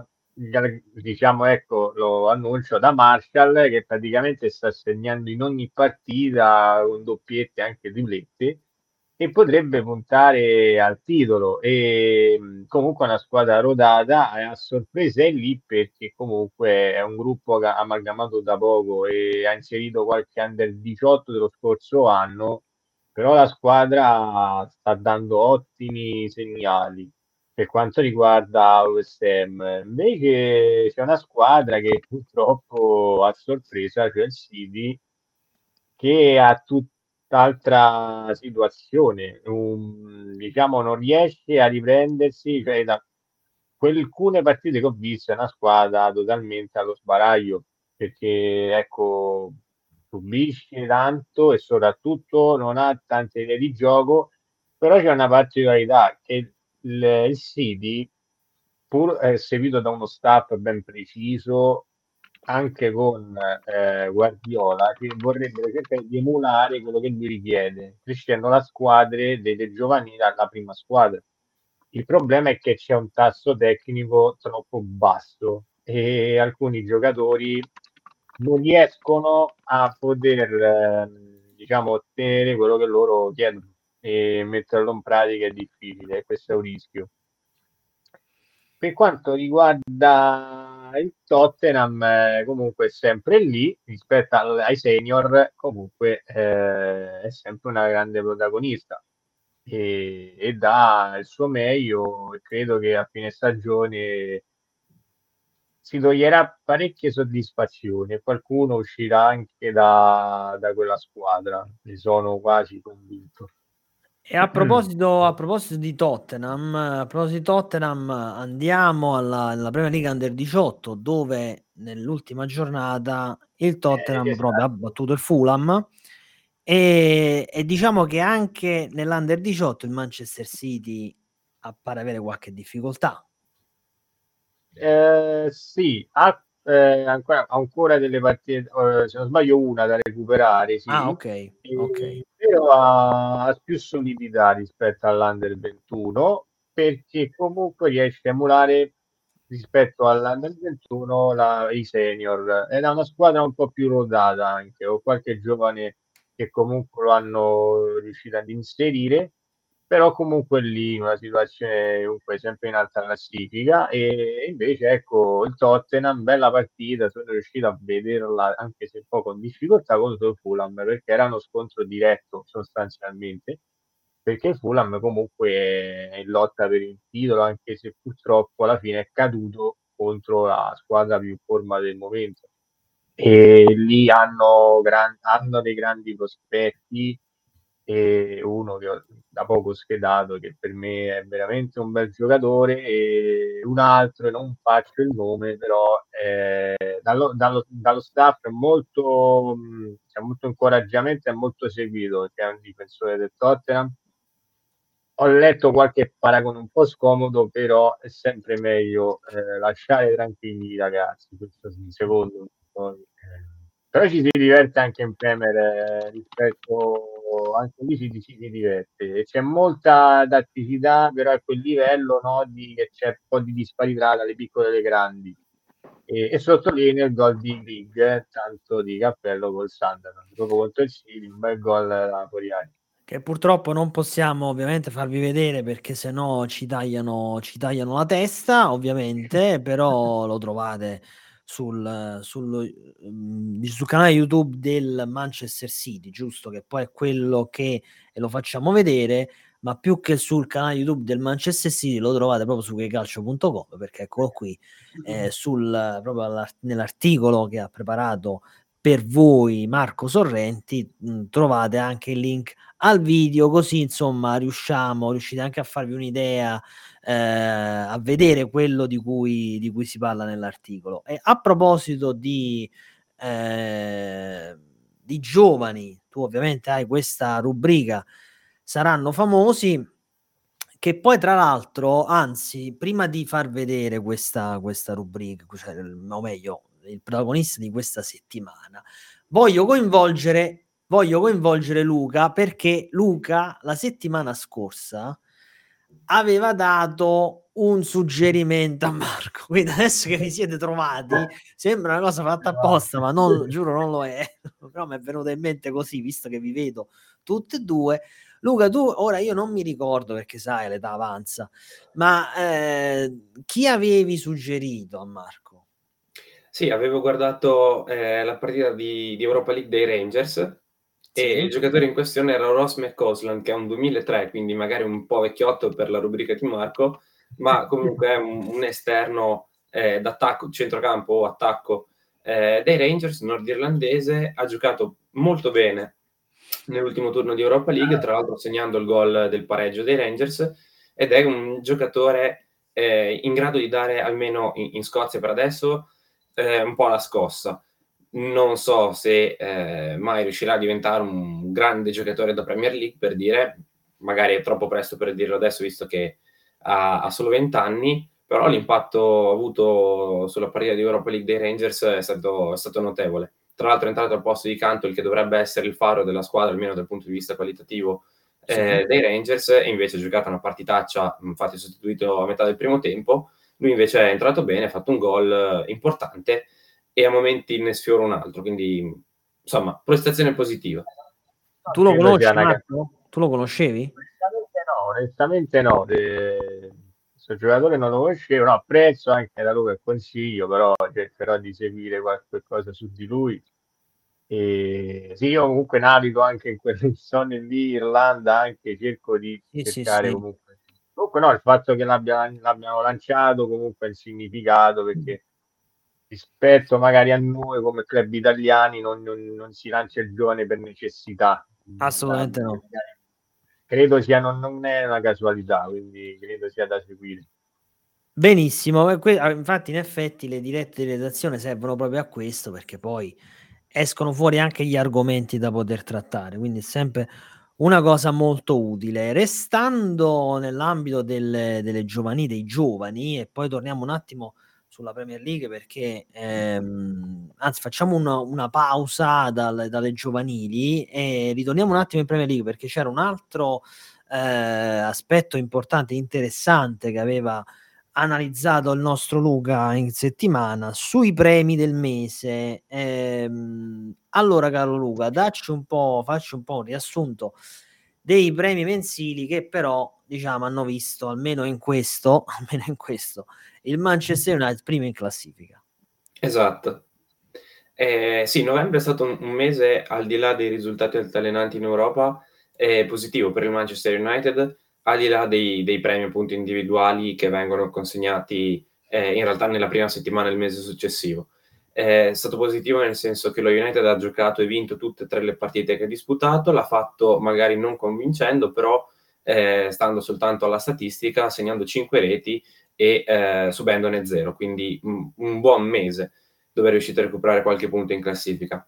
diciamo, ecco, lo annuncio, da Marshall, che praticamente sta segnando in ogni partita con doppiette, anche tripletti, e potrebbe puntare al titolo. E comunque è una squadra rodata, a sorpresa è lì perché comunque è un gruppo amalgamato da poco e ha inserito qualche under diciotto dello scorso anno, però la squadra sta dando ottimi segnali per quanto riguarda West Ham. Invece c'è una squadra che purtroppo a sorpresa, cioè il City, che ha tutt'altra situazione, um, diciamo non riesce a riprendersi, cioè da alcune partite che ho visto è una squadra totalmente allo sbaraglio, perché ecco subisce tanto e soprattutto non ha tante idee di gioco, però c'è una particolarità che il, il City, pur eh, seguito da uno staff ben preciso, anche con eh, Guardiola, che vorrebbero cercare di emulare quello che lui richiede, crescendo la squadra delle giovanili alla prima squadra. Il problema è che c'è un tasso tecnico troppo basso e alcuni giocatori non riescono a poter eh, diciamo ottenere quello che loro chiedono, e metterlo in pratica è difficile, questo è un rischio. Per quanto riguarda il Tottenham, eh, comunque è sempre lì rispetto al, ai senior, comunque eh, è sempre una grande protagonista e, e dà il suo meglio, e credo che a fine stagione si toglierà parecchie soddisfazioni e qualcuno uscirà anche da, da quella squadra, ne sono quasi convinto. E a proposito, a proposito di Tottenham, a proposito di Tottenham, andiamo alla, alla Premier League Under diciotto, dove nell'ultima giornata il Tottenham Eh, proprio ha esatto. battuto il Fulham e, e diciamo che anche nell'Under diciotto il Manchester City appare avere qualche difficoltà. Eh, sì, ha eh, ancora, ancora delle partite, eh, se non sbaglio una da recuperare, sì, Ah, ok, e- ok. però ha, ha più solidità rispetto all'Under ventuno, perché comunque riesce a emulare rispetto all'Under ventuno la, i senior. Ed è una squadra un po' più rodata anche, ho qualche giovane che comunque lo hanno riuscito ad inserire, però comunque lì una situazione comunque sempre in alta classifica. E invece ecco il Tottenham, bella partita, sono riuscito a vederla anche se un po' con difficoltà contro il Fulham, perché era uno scontro diretto sostanzialmente, perché il Fulham comunque è in lotta per il titolo, anche se purtroppo alla fine è caduto contro la squadra più in forma del momento. E lì hanno, gran- hanno dei grandi prospetti, e uno che ho da poco schedato, che per me è veramente un bel giocatore, e un altro, e non faccio il nome, però eh, dallo, dallo, dallo staff è molto, mh, c'è molto incoraggiamento e molto seguito, che è un difensore del Tottenham. Ho letto qualche paragone un po' scomodo, però è sempre meglio eh, lasciare tranquilli i ragazzi, questo sì, secondo me. Poi, eh, però ci si diverte anche in Premier, eh, rispetto anche lì ci, ci si diverte, e c'è molta tatticità, però a quel livello, no, di, che c'è un po' di disparità dalle piccole alle grandi. E, e sottolineo il gol di Grig, eh, tanto di cappello col Sunderland, proprio contro il City, un bel gol da fuori aria. Che purtroppo non possiamo ovviamente farvi vedere perché sennò ci tagliano, ci tagliano la testa, ovviamente, però lo trovate sul, sul, mm, sul canale YouTube del Manchester City, giusto? Che poi è quello che e lo facciamo vedere, ma più che sul canale YouTube del Manchester City lo trovate proprio su quecalcio punto com, perché eccolo qui, eh, sul, proprio nell'articolo che ha preparato per voi Marco Sorrenti, mh, trovate anche il link al video, così insomma riusciamo, riuscite anche a farvi un'idea, eh, a vedere quello di cui, di cui si parla nell'articolo. E a proposito di, eh, di giovani, tu ovviamente hai questa rubrica, saranno famosi, che poi tra l'altro, anzi, prima di far vedere questa, questa rubrica, cioè, o meglio, il protagonista di questa settimana, voglio coinvolgere voglio coinvolgere Luca, perché Luca la settimana scorsa aveva dato un suggerimento a Marco. Quindi adesso che vi siete trovati sembra una cosa fatta apposta, ma non, giuro non lo è. Però mi è venuto in mente così, visto che vi vedo tutti e due. Luca, tu ora io non mi ricordo perché sai l'età avanza, ma eh, chi avevi suggerito a Marco? Sì, avevo guardato eh, la partita di, di Europa League dei Rangers, Sì. e il giocatore in questione era Ross McCausland, che è un duemilatré, quindi magari un po' vecchiotto per la rubrica di Marco, ma comunque è un, un esterno eh, d'attacco, centrocampo o attacco eh, dei Rangers, nordirlandese. Ha giocato molto bene nell'ultimo turno di Europa League, tra l'altro segnando il gol del pareggio dei Rangers, ed è un giocatore eh, in grado di dare, almeno in, in Scozia per adesso, eh, un po' la scossa. Non so se eh, mai riuscirà a diventare un grande giocatore da Premier League, per dire, magari è troppo presto per dirlo adesso, visto che ha, ha solo venti anni, però l'impatto avuto sulla partita di Europa League dei Rangers è stato, è stato notevole. Tra l'altro è entrato al posto di Cantwell, che dovrebbe essere il faro della squadra, almeno dal punto di vista qualitativo, eh, sì. dei Rangers, e invece ha giocato una partitaccia, infatti è sostituito a metà del primo tempo. Lui invece è entrato bene, ha fatto un gol importante e a momenti ne sfiora un altro, quindi insomma, prestazione positiva. Tu lo conosci, Marco? Tu lo conoscevi? Onestamente no, onestamente no. De... Questo giocatore non lo conoscevo, no, apprezzo anche da lui il consiglio, però cercherò di seguire qualche cosa su di lui. E sì, io comunque navigo anche in quelle zone lì, Irlanda, anche cerco di sì, cercare sì, sì. comunque. Comunque no, il fatto che l'abbia, l'abbiamo lanciato comunque è il significato, perché rispetto magari a noi come club italiani non, non, non si lancia il giovane per necessità. Assolutamente no. credo sia, non, non è una casualità, quindi credo sia da seguire. Benissimo, infatti in effetti le dirette di redazione servono proprio a questo, perché poi escono fuori anche gli argomenti da poter trattare, quindi è sempre una cosa molto utile. Restando nell'ambito del, delle giovanili, dei giovani, e poi torniamo un attimo sulla Premier League, perché ehm, anzi facciamo una, una pausa dal, dalle giovanili e ritorniamo un attimo in Premier League, perché c'era un altro eh, aspetto importante, interessante, che aveva analizzato il nostro Luca in settimana sui premi del mese. Ehm, allora, caro Luca, dacci un po', facci un po' un riassunto dei premi mensili che però, diciamo, hanno visto almeno in questo, almeno in questo, il Manchester United primo in classifica. Esatto. Eh, sì, novembre è stato un, un mese, al di là dei risultati altalenanti in Europa, eh, positivo per il Manchester United, al di là dei, dei premi appunto individuali che vengono consegnati eh, in realtà nella prima settimana del mese successivo. Eh, è stato positivo nel senso che lo United ha giocato e vinto tutte e tre le partite che ha disputato, l'ha fatto magari non convincendo, però eh, stando soltanto alla statistica, segnando cinque reti e eh, subendone zero, quindi un, un buon mese dove è riuscito a recuperare qualche punto in classifica.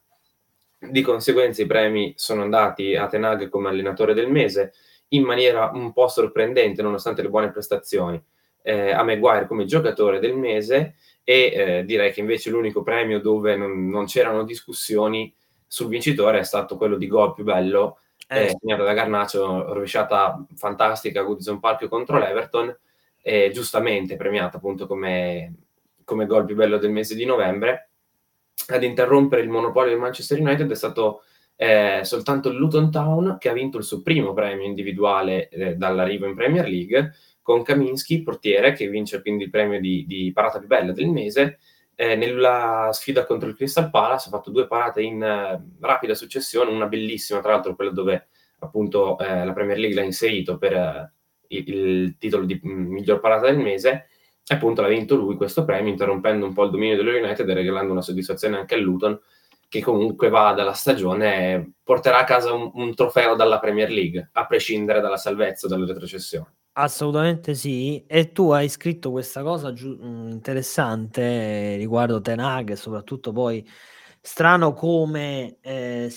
Di conseguenza i premi sono andati a Ten Hag come allenatore del mese in maniera un po' sorprendente nonostante le buone prestazioni, eh, a Maguire come giocatore del mese e eh, direi che invece l'unico premio dove non, non c'erano discussioni sul vincitore è stato quello di gol più bello, eh, segnato da Garnacho, rovesciata fantastica a Goodison Park contro l'Everton, eh, giustamente premiata appunto come, come gol più bello del mese di novembre. Ad interrompere il monopolio del Manchester United è stato eh, soltanto il Luton Town, che ha vinto il suo primo premio individuale eh, dall'arrivo in Premier League, con Kaminski, portiere, che vince quindi il premio di, di parata più bella del mese. Eh, nella sfida contro il Crystal Palace ha fatto due parate in eh, rapida successione, una bellissima tra l'altro, quella dove appunto eh, la Premier League l'ha inserito per eh, il, il titolo di mh, miglior parata del mese. E appunto l'ha vinto lui questo premio, interrompendo un po' il dominio dello United e regalando una soddisfazione anche al Luton, che comunque va dalla stagione e porterà a casa un, un trofeo dalla Premier League, a prescindere dalla salvezza o dalla retrocessione. Assolutamente sì, e tu hai scritto questa cosa giu- interessante eh, riguardo Ten Hag, e soprattutto poi strano come eh,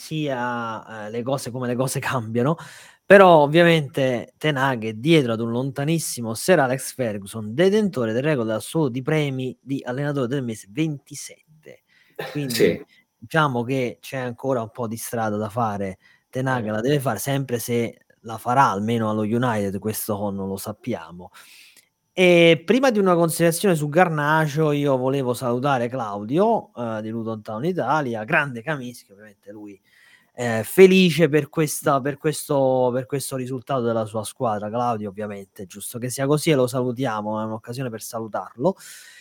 sia eh, le cose, come le cose cambiano, però ovviamente Ten Hag è dietro ad un lontanissimo Sir Alex Ferguson, detentore del record assoluto di premi di allenatore del mese ventisette, quindi Sì. diciamo che c'è ancora un po' di strada da fare. Ten Hag la deve fare, sempre se la farà almeno allo United, questo non lo sappiamo. E prima di una considerazione su Garnacho, io volevo salutare Claudio eh, di Luton Town Italia, grande Kaminski, ovviamente lui eh, felice per, questa, per, questo, per questo risultato della sua squadra. Claudio, ovviamente, giusto che sia così, e lo salutiamo, è un'occasione per salutarlo.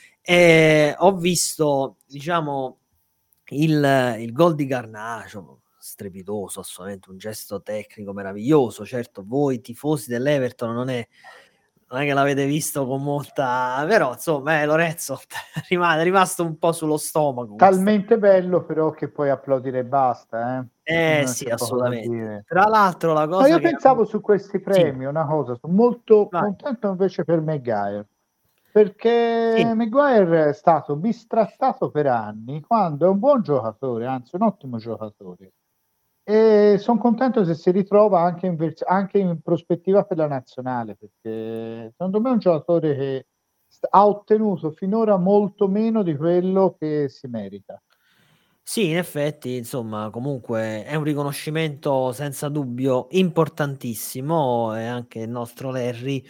E ho visto, diciamo, il, il gol di Garnacho, strepitoso, assolutamente un gesto tecnico meraviglioso. Certo, voi tifosi dell'Everton non è, non è che l'avete visto con molta, però insomma, eh, Lorenzo rimane rimasto un po' sullo stomaco. Talmente bello però che puoi applaudire e basta, eh? Eh Non sì, c'è poco da assolutamente. dire. Tra l'altro la cosa No, io che pensavo su questi premi sì, una cosa, sono molto vai. contento invece per Maguire, perché Sì. Maguire è stato bistrattato per anni quando è un buon giocatore, anzi un ottimo giocatore, e sono contento se si ritrova anche in, vers- anche in prospettiva per la nazionale, perché secondo me è un giocatore che st- ha ottenuto finora molto meno di quello che si merita. Sì, in effetti, insomma, comunque è un riconoscimento senza dubbio importantissimo, e anche il nostro Larry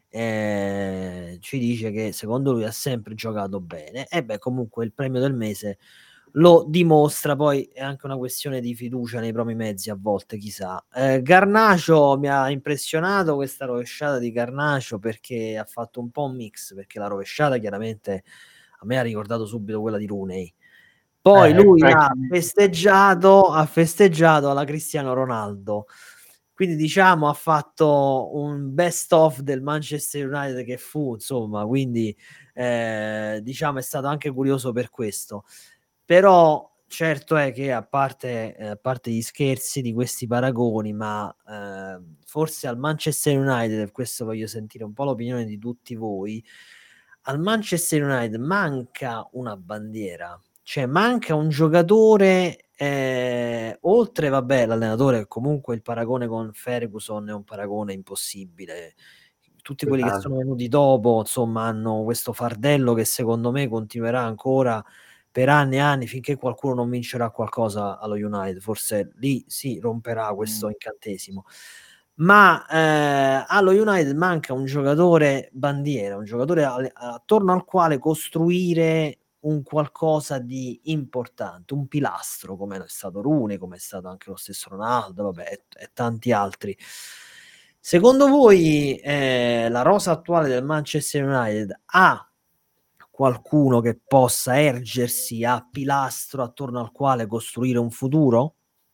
eh, ci dice che secondo lui ha sempre giocato bene. E beh, comunque il premio del mese lo dimostra, poi è anche una questione di fiducia nei propri mezzi a volte, chissà. Eh, Garnacho mi ha impressionato questa rovesciata di Garnacho, perché ha fatto un po' un mix, perché la rovesciata chiaramente a me ha ricordato subito quella di Rooney. Poi Eh, lui anche- ha festeggiato, ha festeggiato alla Cristiano Ronaldo. Quindi diciamo ha fatto un best of del Manchester United che fu, insomma, quindi eh, diciamo è stato anche curioso per questo. Però certo è che a parte, eh, a parte gli scherzi di questi paragoni, ma eh, forse al Manchester United, questo voglio sentire un po' l'opinione di tutti voi, al Manchester United manca una bandiera, cioè manca un giocatore, eh, oltre, vabbè, l'allenatore, comunque il paragone con Ferguson è un paragone impossibile. Tutti quelli che sono venuti dopo, insomma, hanno questo fardello che secondo me continuerà ancora per anni e anni finché qualcuno non vincerà qualcosa allo United. Forse lì si romperà questo Mm. incantesimo. Ma eh, allo United manca un giocatore bandiera, un giocatore al- attorno al quale costruire un qualcosa di importante, un pilastro, come è stato Rooney, come è stato anche lo stesso Ronaldo, vabbè, e, e tanti altri. Secondo voi eh, la rosa attuale del Manchester United ha qualcuno che possa ergersi a pilastro attorno al quale costruire un futuro?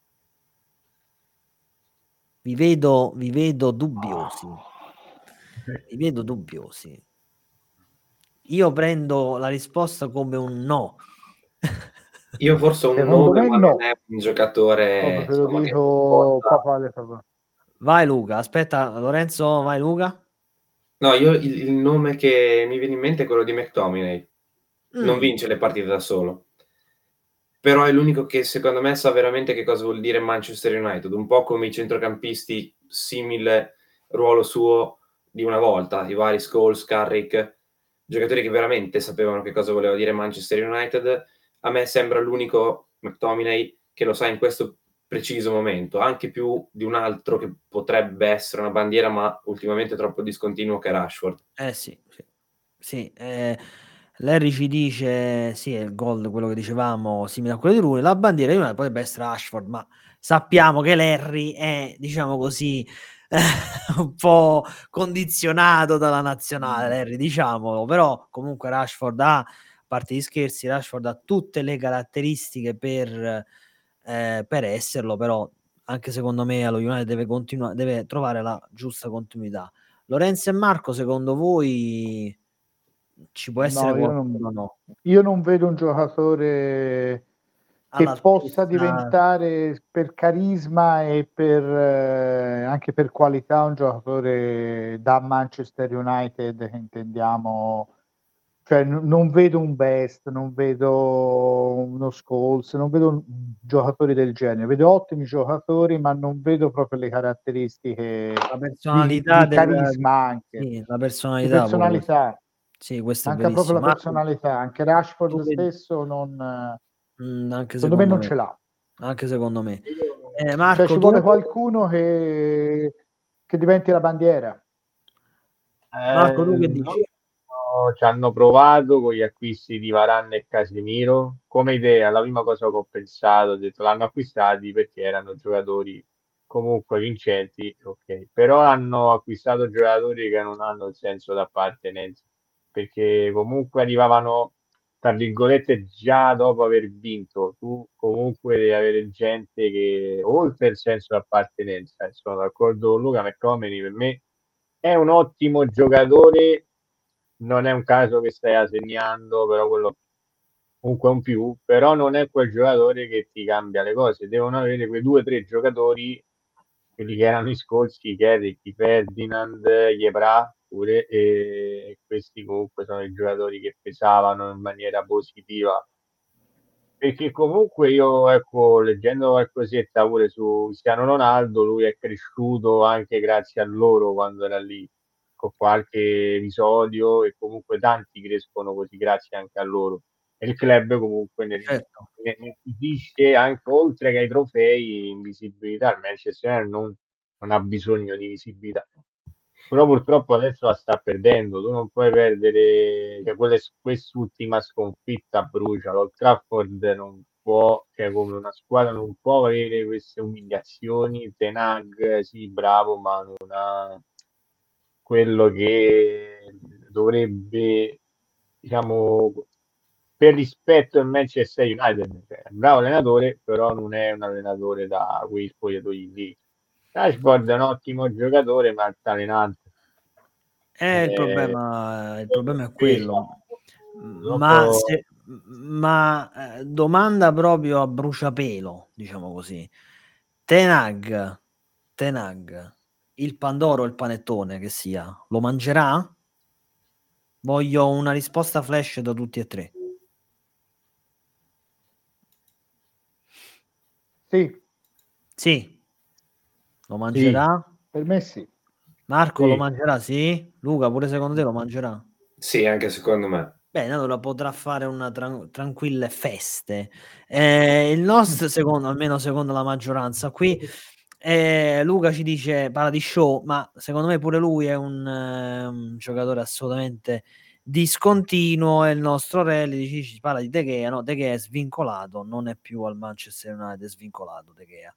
Vi vedo, vi vedo dubbiosi. Vi vedo dubbiosi. Io prendo la risposta come un no. Io forse ho un Secondo nome, me ma no. non è un giocatore. Proprio te lo insomma, che dico possa- papale, papà. Vai Luca, aspetta Lorenzo, vai Luca. No, io il, il nome che mi viene in mente è quello di McTominay. Non Mm, vince le partite da solo. Però è l'unico che secondo me sa veramente che cosa vuol dire Manchester United, un po' come i centrocampisti simile ruolo suo di una volta, i vari Scholes, Carrick, giocatori che veramente sapevano che cosa voleva dire Manchester United. A me sembra l'unico McTominay che lo sa in questo preciso momento, anche più di un altro che potrebbe essere una bandiera, ma ultimamente troppo discontinuo, che è Rashford. eh sì, sì. Sì, eh, Larry ci dice, sì, è il gol, quello che dicevamo, simile a quello di Rooney, la bandiera di United potrebbe essere Rashford, ma sappiamo che Larry è, diciamo così, un po' condizionato dalla nazionale, Larry, diciamolo, però comunque Rashford ha, a parte gli scherzi, Rashford ha tutte le caratteristiche per, eh, per esserlo, però anche secondo me allo United deve, continua- deve trovare la giusta continuità. Lorenzo e Marco, secondo voi ci può essere No, io qualcuno? non, No, io non vedo un giocatore che possa all'altezza, diventare per carisma e per, eh, anche per qualità un giocatore da Manchester United, che intendiamo, cioè n- non vedo un Best, non vedo uno Scholes, non vedo un- giocatori del genere, vedo ottimi giocatori, ma non vedo proprio le caratteristiche la di, personalità di del, carisma anche, sì, la di personalità pure. personalità. Sì, questo è Manca proprio verissimo. la Marco, personalità, anche tu Rashford vedi- stesso non, Mm, anche secondo me secondo non me, ce l'ha. anche secondo me. Io- Eh, Cioè Marco, ci tu? vuole qualcuno che, che diventi la bandiera. Marco, tu Eh, che non dici? lo so, ci hanno provato con gli acquisti di Varane e Casemiro. Come idea, la prima cosa che ho pensato, ho detto l'hanno acquistati perché erano giocatori comunque vincenti, ok. Però hanno acquistato giocatori che non hanno il senso d'appartenenza, perché comunque arrivavano, tra virgolette, già dopo aver vinto. Tu comunque devi avere gente che, oltre il senso d'appartenenza, eh, sono d'accordo con Luca, McTominay per me è un ottimo giocatore, non è un caso che stai assegnando, però quello comunque è un più, però non è quel giocatore che ti cambia le cose. Devono avere quei due o tre giocatori, quelli che erano i Scolzi, Kerrick, i Ferdinand, gli Ebra pure, e questi comunque sono i giocatori che pesavano in maniera positiva. Perché comunque io, ecco, leggendo qualcosetta pure su Cristiano Ronaldo, lui è cresciuto anche grazie a loro quando era lì, con qualche episodio, e comunque tanti crescono così grazie anche a loro. E il club comunque ne, Certo. ne, ne acquisisce anche oltre che ai trofei in visibilità. Il Manchester United non, non ha bisogno di visibilità. Però purtroppo adesso la sta perdendo, tu non puoi perdere, cioè quella- quest'ultima sconfitta brucia, l'Old Trafford non può, cioè come una squadra non può avere queste umiliazioni. Ten Hag, sì, bravo, ma non ha quello che dovrebbe, diciamo, per rispetto al Manchester United, cioè, è un bravo allenatore, però non è un allenatore da quei spogliatoi lì. Rashford è un ottimo giocatore, ma altalenante. Eh, il Eh, problema, il problema è pesa. quello. Ma Dopo, se, ma eh, domanda proprio a bruciapelo, diciamo così. Ten Hag, Ten Hag, il Pandoro o il panettone che sia, lo mangerà? Voglio una risposta flash da tutti e tre. Sì. Sì. Lo mangerà? Sì. Per me sì. Marco sì. lo mangerà, sì? Luca, pure secondo te lo mangerà? Sì, anche secondo me. Bene, allora potrà fare una tran- tranquille feste. Eh, il nostro, secondo, almeno secondo la maggioranza, qui eh, Luca ci dice, parla di show, ma secondo me pure lui è un, eh, un giocatore assolutamente discontinuo e il nostro Rally dice, ci parla di De Gea, no, De Gea è svincolato, non è più al Manchester United, è svincolato De Gea.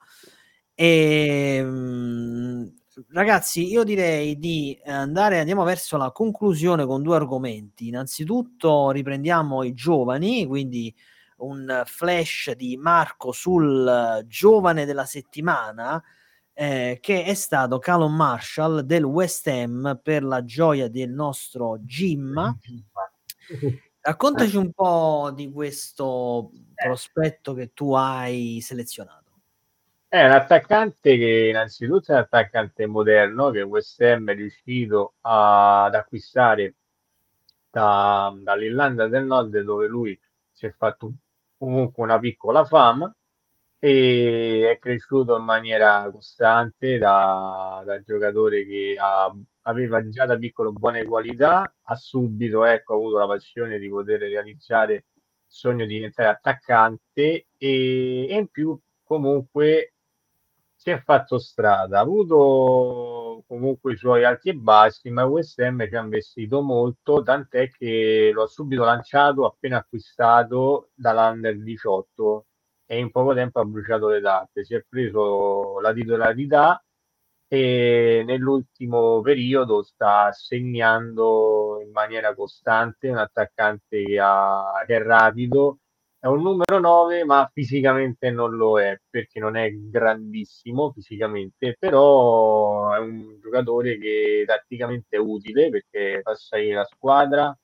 E, mh, ragazzi, io direi di andare, andiamo verso la conclusione con due argomenti. Innanzitutto riprendiamo i giovani, quindi un flash di Marco sul giovane della settimana, eh, che è stato Callum Marshall del West Ham, per la gioia del nostro Jim. Raccontaci un po' di questo prospetto che tu hai selezionato. È un attaccante che innanzitutto è un attaccante moderno che West Ham è riuscito a, ad acquistare da, dall'Irlanda del Nord, dove lui si è fatto comunque una piccola fama e è cresciuto in maniera costante da, da giocatore che ha, aveva già da piccolo buone qualità, ha subito ecco, avuto la passione di poter realizzare il sogno di diventare attaccante e, e in più comunque si è fatto strada, ha avuto comunque i suoi alti e bassi, ma West Ham ci ha investito molto, tant'è che lo ha subito lanciato appena acquistato dall'Under diciotto e in poco tempo ha bruciato le tappe, si è preso la titolarità e nell'ultimo periodo sta segnando in maniera costante, un attaccante che, ha, che è rapido, è un numero nove, ma fisicamente non lo è, perché non è grandissimo fisicamente, però è un giocatore che tatticamente è utile, perché fa salire la squadra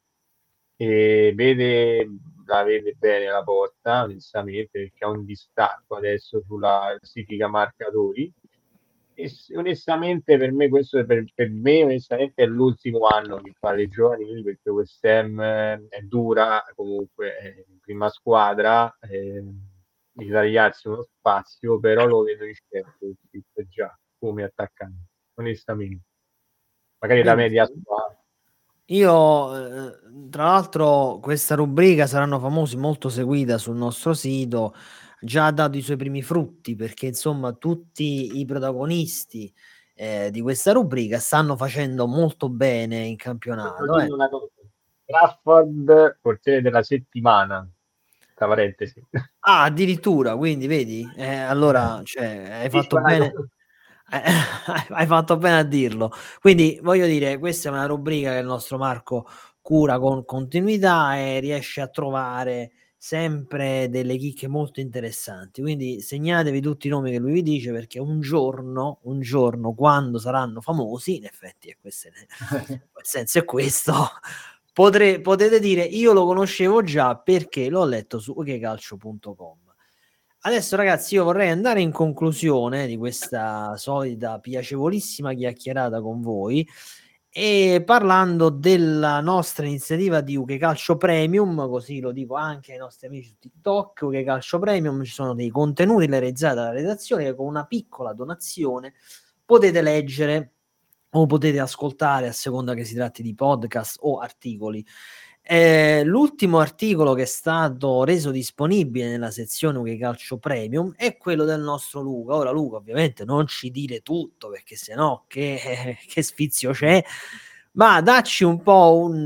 e vede, la vede bene la porta, onestamente, perché ha un distacco adesso sulla classifica marcatori. E s- onestamente per me questo è per, per me onestamente è l'ultimo anno che fa le giovanili, perché West Ham eh, è dura comunque, è in prima squadra, eh, di tagliarsi uno spazio, però lo vedo in Champions League già come attaccante, onestamente, magari la Quindi media squadra. io, eh, tra l'altro, questa rubrica Saranno famosi, molto seguita sul nostro sito, già ha dato i suoi primi frutti, perché insomma tutti i protagonisti eh, di questa rubrica stanno facendo molto bene in Posso campionato. dire eh. una cosa? Trafford, portiere della settimana, tra parentesi. Ah, addirittura, quindi vedi, eh, allora cioè, hai fatto Dico una bene. cosa. Eh, hai fatto bene a dirlo. Quindi voglio dire, questa è una rubrica che il nostro Marco cura con continuità e riesce a trovare sempre delle chicche molto interessanti. Quindi segnatevi tutti i nomi che lui vi dice, perché un giorno, un giorno, quando saranno famosi, in effetti è questo, il senso è questo, potre, potete dire io lo conoscevo già perché l'ho letto su okcalcio punto com. Adesso ragazzi io vorrei andare in conclusione di questa solita piacevolissima chiacchierata con voi, e parlando della nostra iniziativa di U K Calcio Premium, così lo dico anche ai nostri amici su TikTok. U K Calcio Premium, ci sono dei contenuti realizzati dalla redazione che con una piccola donazione potete leggere o potete ascoltare, a seconda che si tratti di podcast o articoli. Eh, l'ultimo articolo che è stato reso disponibile nella sezione U K Calcio Premium è quello del nostro Luca. Ora Luca, ovviamente non ci dire tutto, perché sennò che, eh, che sfizio c'è, ma dacci un po' un,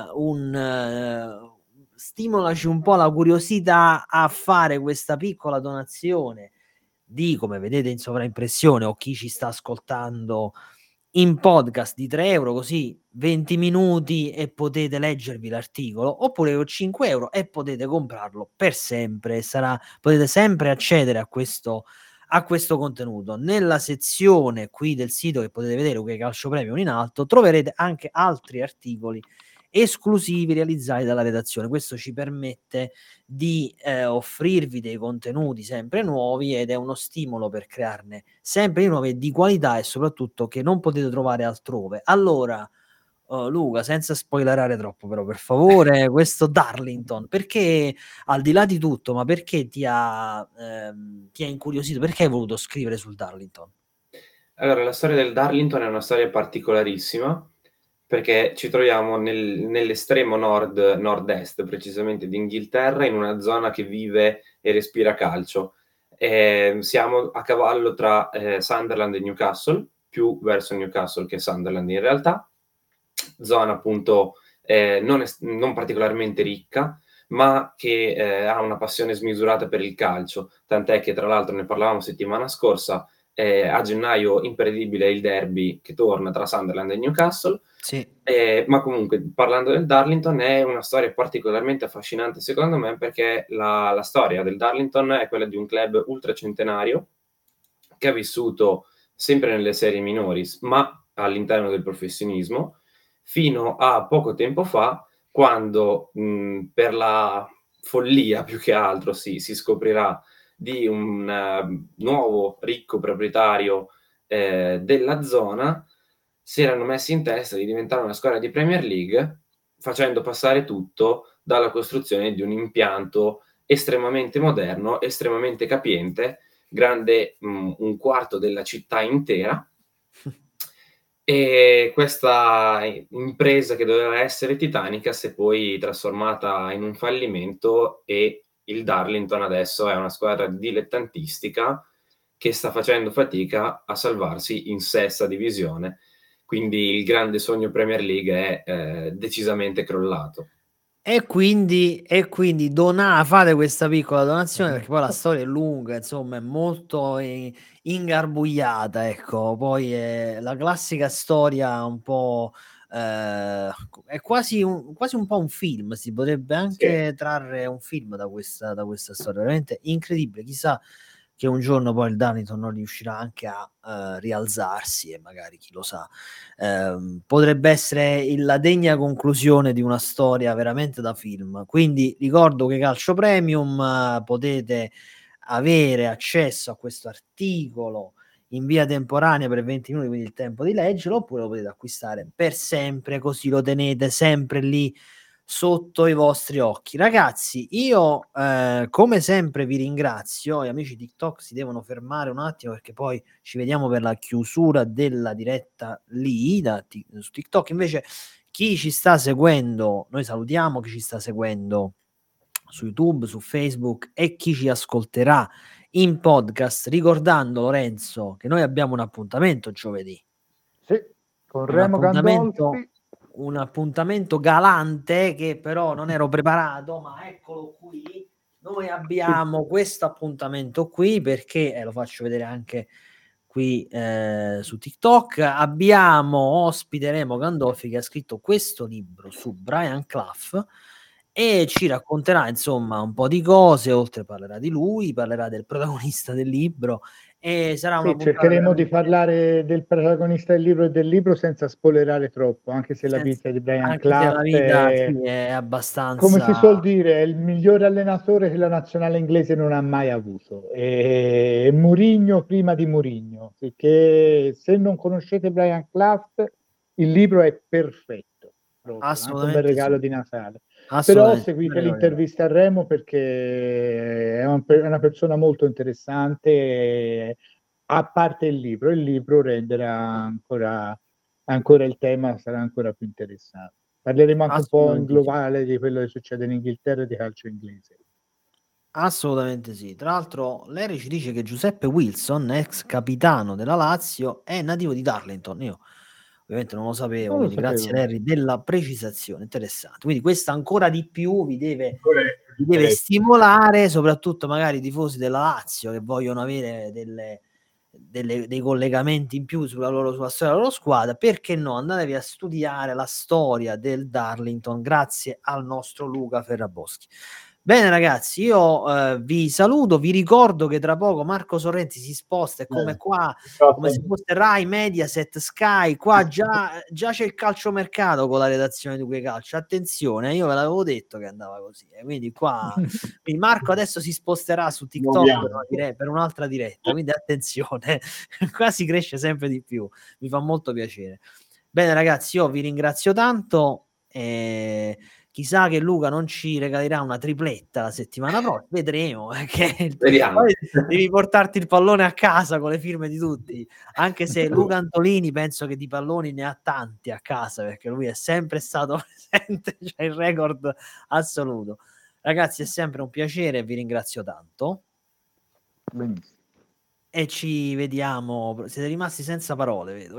un uh, stimolaci un po' la curiosità a fare questa piccola donazione di, come vedete in sovraimpressione, o chi ci sta ascoltando in podcast, di tre euro, così venti minuti e potete leggervi l'articolo, oppure con cinque euro e potete comprarlo per sempre. Sarà, potete sempre accedere a questo, a questo contenuto. Nella sezione qui del sito che potete vedere, U K Calcio Premium in alto, troverete anche altri articoli esclusivi realizzati dalla redazione. Questo ci permette di eh, offrirvi dei contenuti sempre nuovi ed è uno stimolo per crearne sempre di nuovi e di qualità e soprattutto che non potete trovare altrove. Allora, uh, Luca, senza spoilerare troppo però, per favore, questo Darlington, perché al di là di tutto, ma perché ti ha, ehm, ti ha incuriosito? Perché hai voluto scrivere sul Darlington? Allora, la storia del Darlington è una storia particolarissima, perché ci troviamo nel, nell'estremo nord, nord-est, precisamente d'Inghilterra, in una zona che vive e respira calcio. Eh, siamo a cavallo tra eh, Sunderland e Newcastle, più verso Newcastle che Sunderland in realtà, zona appunto eh, non, es- non particolarmente ricca, ma che eh, ha una passione smisurata per il calcio, tant'è che tra l'altro ne parlavamo settimana scorsa, eh, a gennaio imperdibile il derby che torna tra Sunderland e Newcastle. Sì. Eh, ma comunque, parlando del Darlington, è una storia particolarmente affascinante secondo me, perché la, la storia del Darlington è quella di un club ultracentenario che ha vissuto sempre nelle serie minori, ma all'interno del professionismo, fino a poco tempo fa, quando mh, per la follia più che altro si, si scoprirà di un uh, nuovo ricco proprietario eh, della zona, si erano messi in testa di diventare una squadra di Premier League, facendo passare tutto dalla costruzione di un impianto estremamente moderno, estremamente capiente, grande mh, un quarto della città intera. E questa impresa che doveva essere titanica si è poi trasformata in un fallimento e il Darlington adesso è una squadra dilettantistica che sta facendo fatica a salvarsi in sesta divisione. Quindi il grande sogno Premier League è eh, decisamente crollato. E quindi, e quindi dona, fate questa piccola donazione perché poi la storia è lunga, insomma, è molto eh, ingarbugliata, ecco. Poi è la classica storia un po'. Eh, è quasi un, quasi un po' un film, si potrebbe anche sì. trarre un film da questa, da questa storia, veramente incredibile. Chissà che un giorno poi il Darlington non riuscirà anche a uh, rialzarsi e magari chi lo sa uh, potrebbe essere il, la degna conclusione di una storia veramente da film. Quindi ricordo che Calcio Premium uh, potete avere accesso a questo articolo in via temporanea per venti minuti, quindi il tempo di leggerlo, oppure lo potete acquistare per sempre, così lo tenete sempre lì sotto i vostri occhi. Ragazzi, io eh, come sempre vi ringrazio. Gli amici TikTok si devono fermare un attimo perché poi ci vediamo per la chiusura della diretta lì da t- su TikTok. Invece chi ci sta seguendo, noi salutiamo chi ci sta seguendo su YouTube, su Facebook e chi ci ascolterà in podcast, ricordando Lorenzo che noi abbiamo un appuntamento giovedì. Sì, con Remo Gandolfi. Un appuntamento galante che però non ero preparato, ma eccolo qui. Noi abbiamo questo appuntamento qui perché eh, lo faccio vedere anche qui eh, su TikTok. Abbiamo ospite Remo Gandolfi che ha scritto questo libro su Brian Clough e ci racconterà insomma un po' di cose, oltre parlerà di lui, parlerà del protagonista del libro e sarà sì, una cercheremo veramente... di parlare del protagonista del libro e del libro senza spoilerare troppo, anche se senza, la vita di Brian Clough la vita è, sì, è abbastanza, come si suol dire, è il miglior allenatore che la nazionale inglese non ha mai avuto, e Mourinho prima di Mourinho, perché se non conoscete Brian Clough il libro è perfetto, proprio, anche un bel regalo sì. di Natale. Però seguite l'intervista a Remo perché è, un, è una persona molto interessante, a parte il libro, il libro renderà ancora, ancora il tema, sarà ancora più interessante. Parleremo anche un po' in globale di quello che succede in Inghilterra e di calcio inglese. Assolutamente sì. Tra l'altro Larry ci dice che Giuseppe Wilson, ex capitano della Lazio, è nativo di Darlington. Io ovviamente non lo sapevo, non lo quindi sapevo. Grazie Larry della precisazione, interessante. Quindi questo ancora di più vi deve, vi deve stimolare, soprattutto magari i tifosi della Lazio che vogliono avere delle, delle, dei collegamenti in più sulla loro sulla storia della loro squadra. Perché no? Andatevi a studiare la storia del Darlington grazie al nostro Luca Ferraboschi. Bene ragazzi, io eh, vi saluto, vi ricordo che tra poco Marco Sorrenti si sposta, è come Eh, qua, infatti, come se fosse Rai, Mediaset, Sky, qua già, già c'è il calciomercato con la redazione di Uke Calcio, attenzione, io ve l'avevo detto che andava così, eh, quindi qua quindi Marco adesso si sposterà su TikTok per, muoviamo. una dire- per un'altra diretta, quindi attenzione, qua si cresce sempre di più, mi fa molto piacere. Bene ragazzi, io vi ringrazio tanto e chissà che Luca non ci regalerà una tripletta la settimana prossima, vedremo. Perché Vediamo. poi devi portarti il pallone a casa con le firme di tutti, anche se Luca Antolini penso che di palloni ne ha tanti a casa, perché lui è sempre stato presente, c'è il record assoluto. Ragazzi, è sempre un piacere, vi ringrazio tanto. Benissimo. E ci vediamo, siete rimasti senza parole, vedo.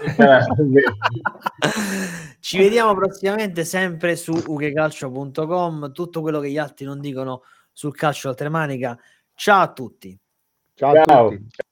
Ci vediamo prossimamente sempre su ukecalcio punto com, tutto quello che gli altri non dicono sul calcio oltremanica. Ciao a tutti. Ciao a Ciao. tutti.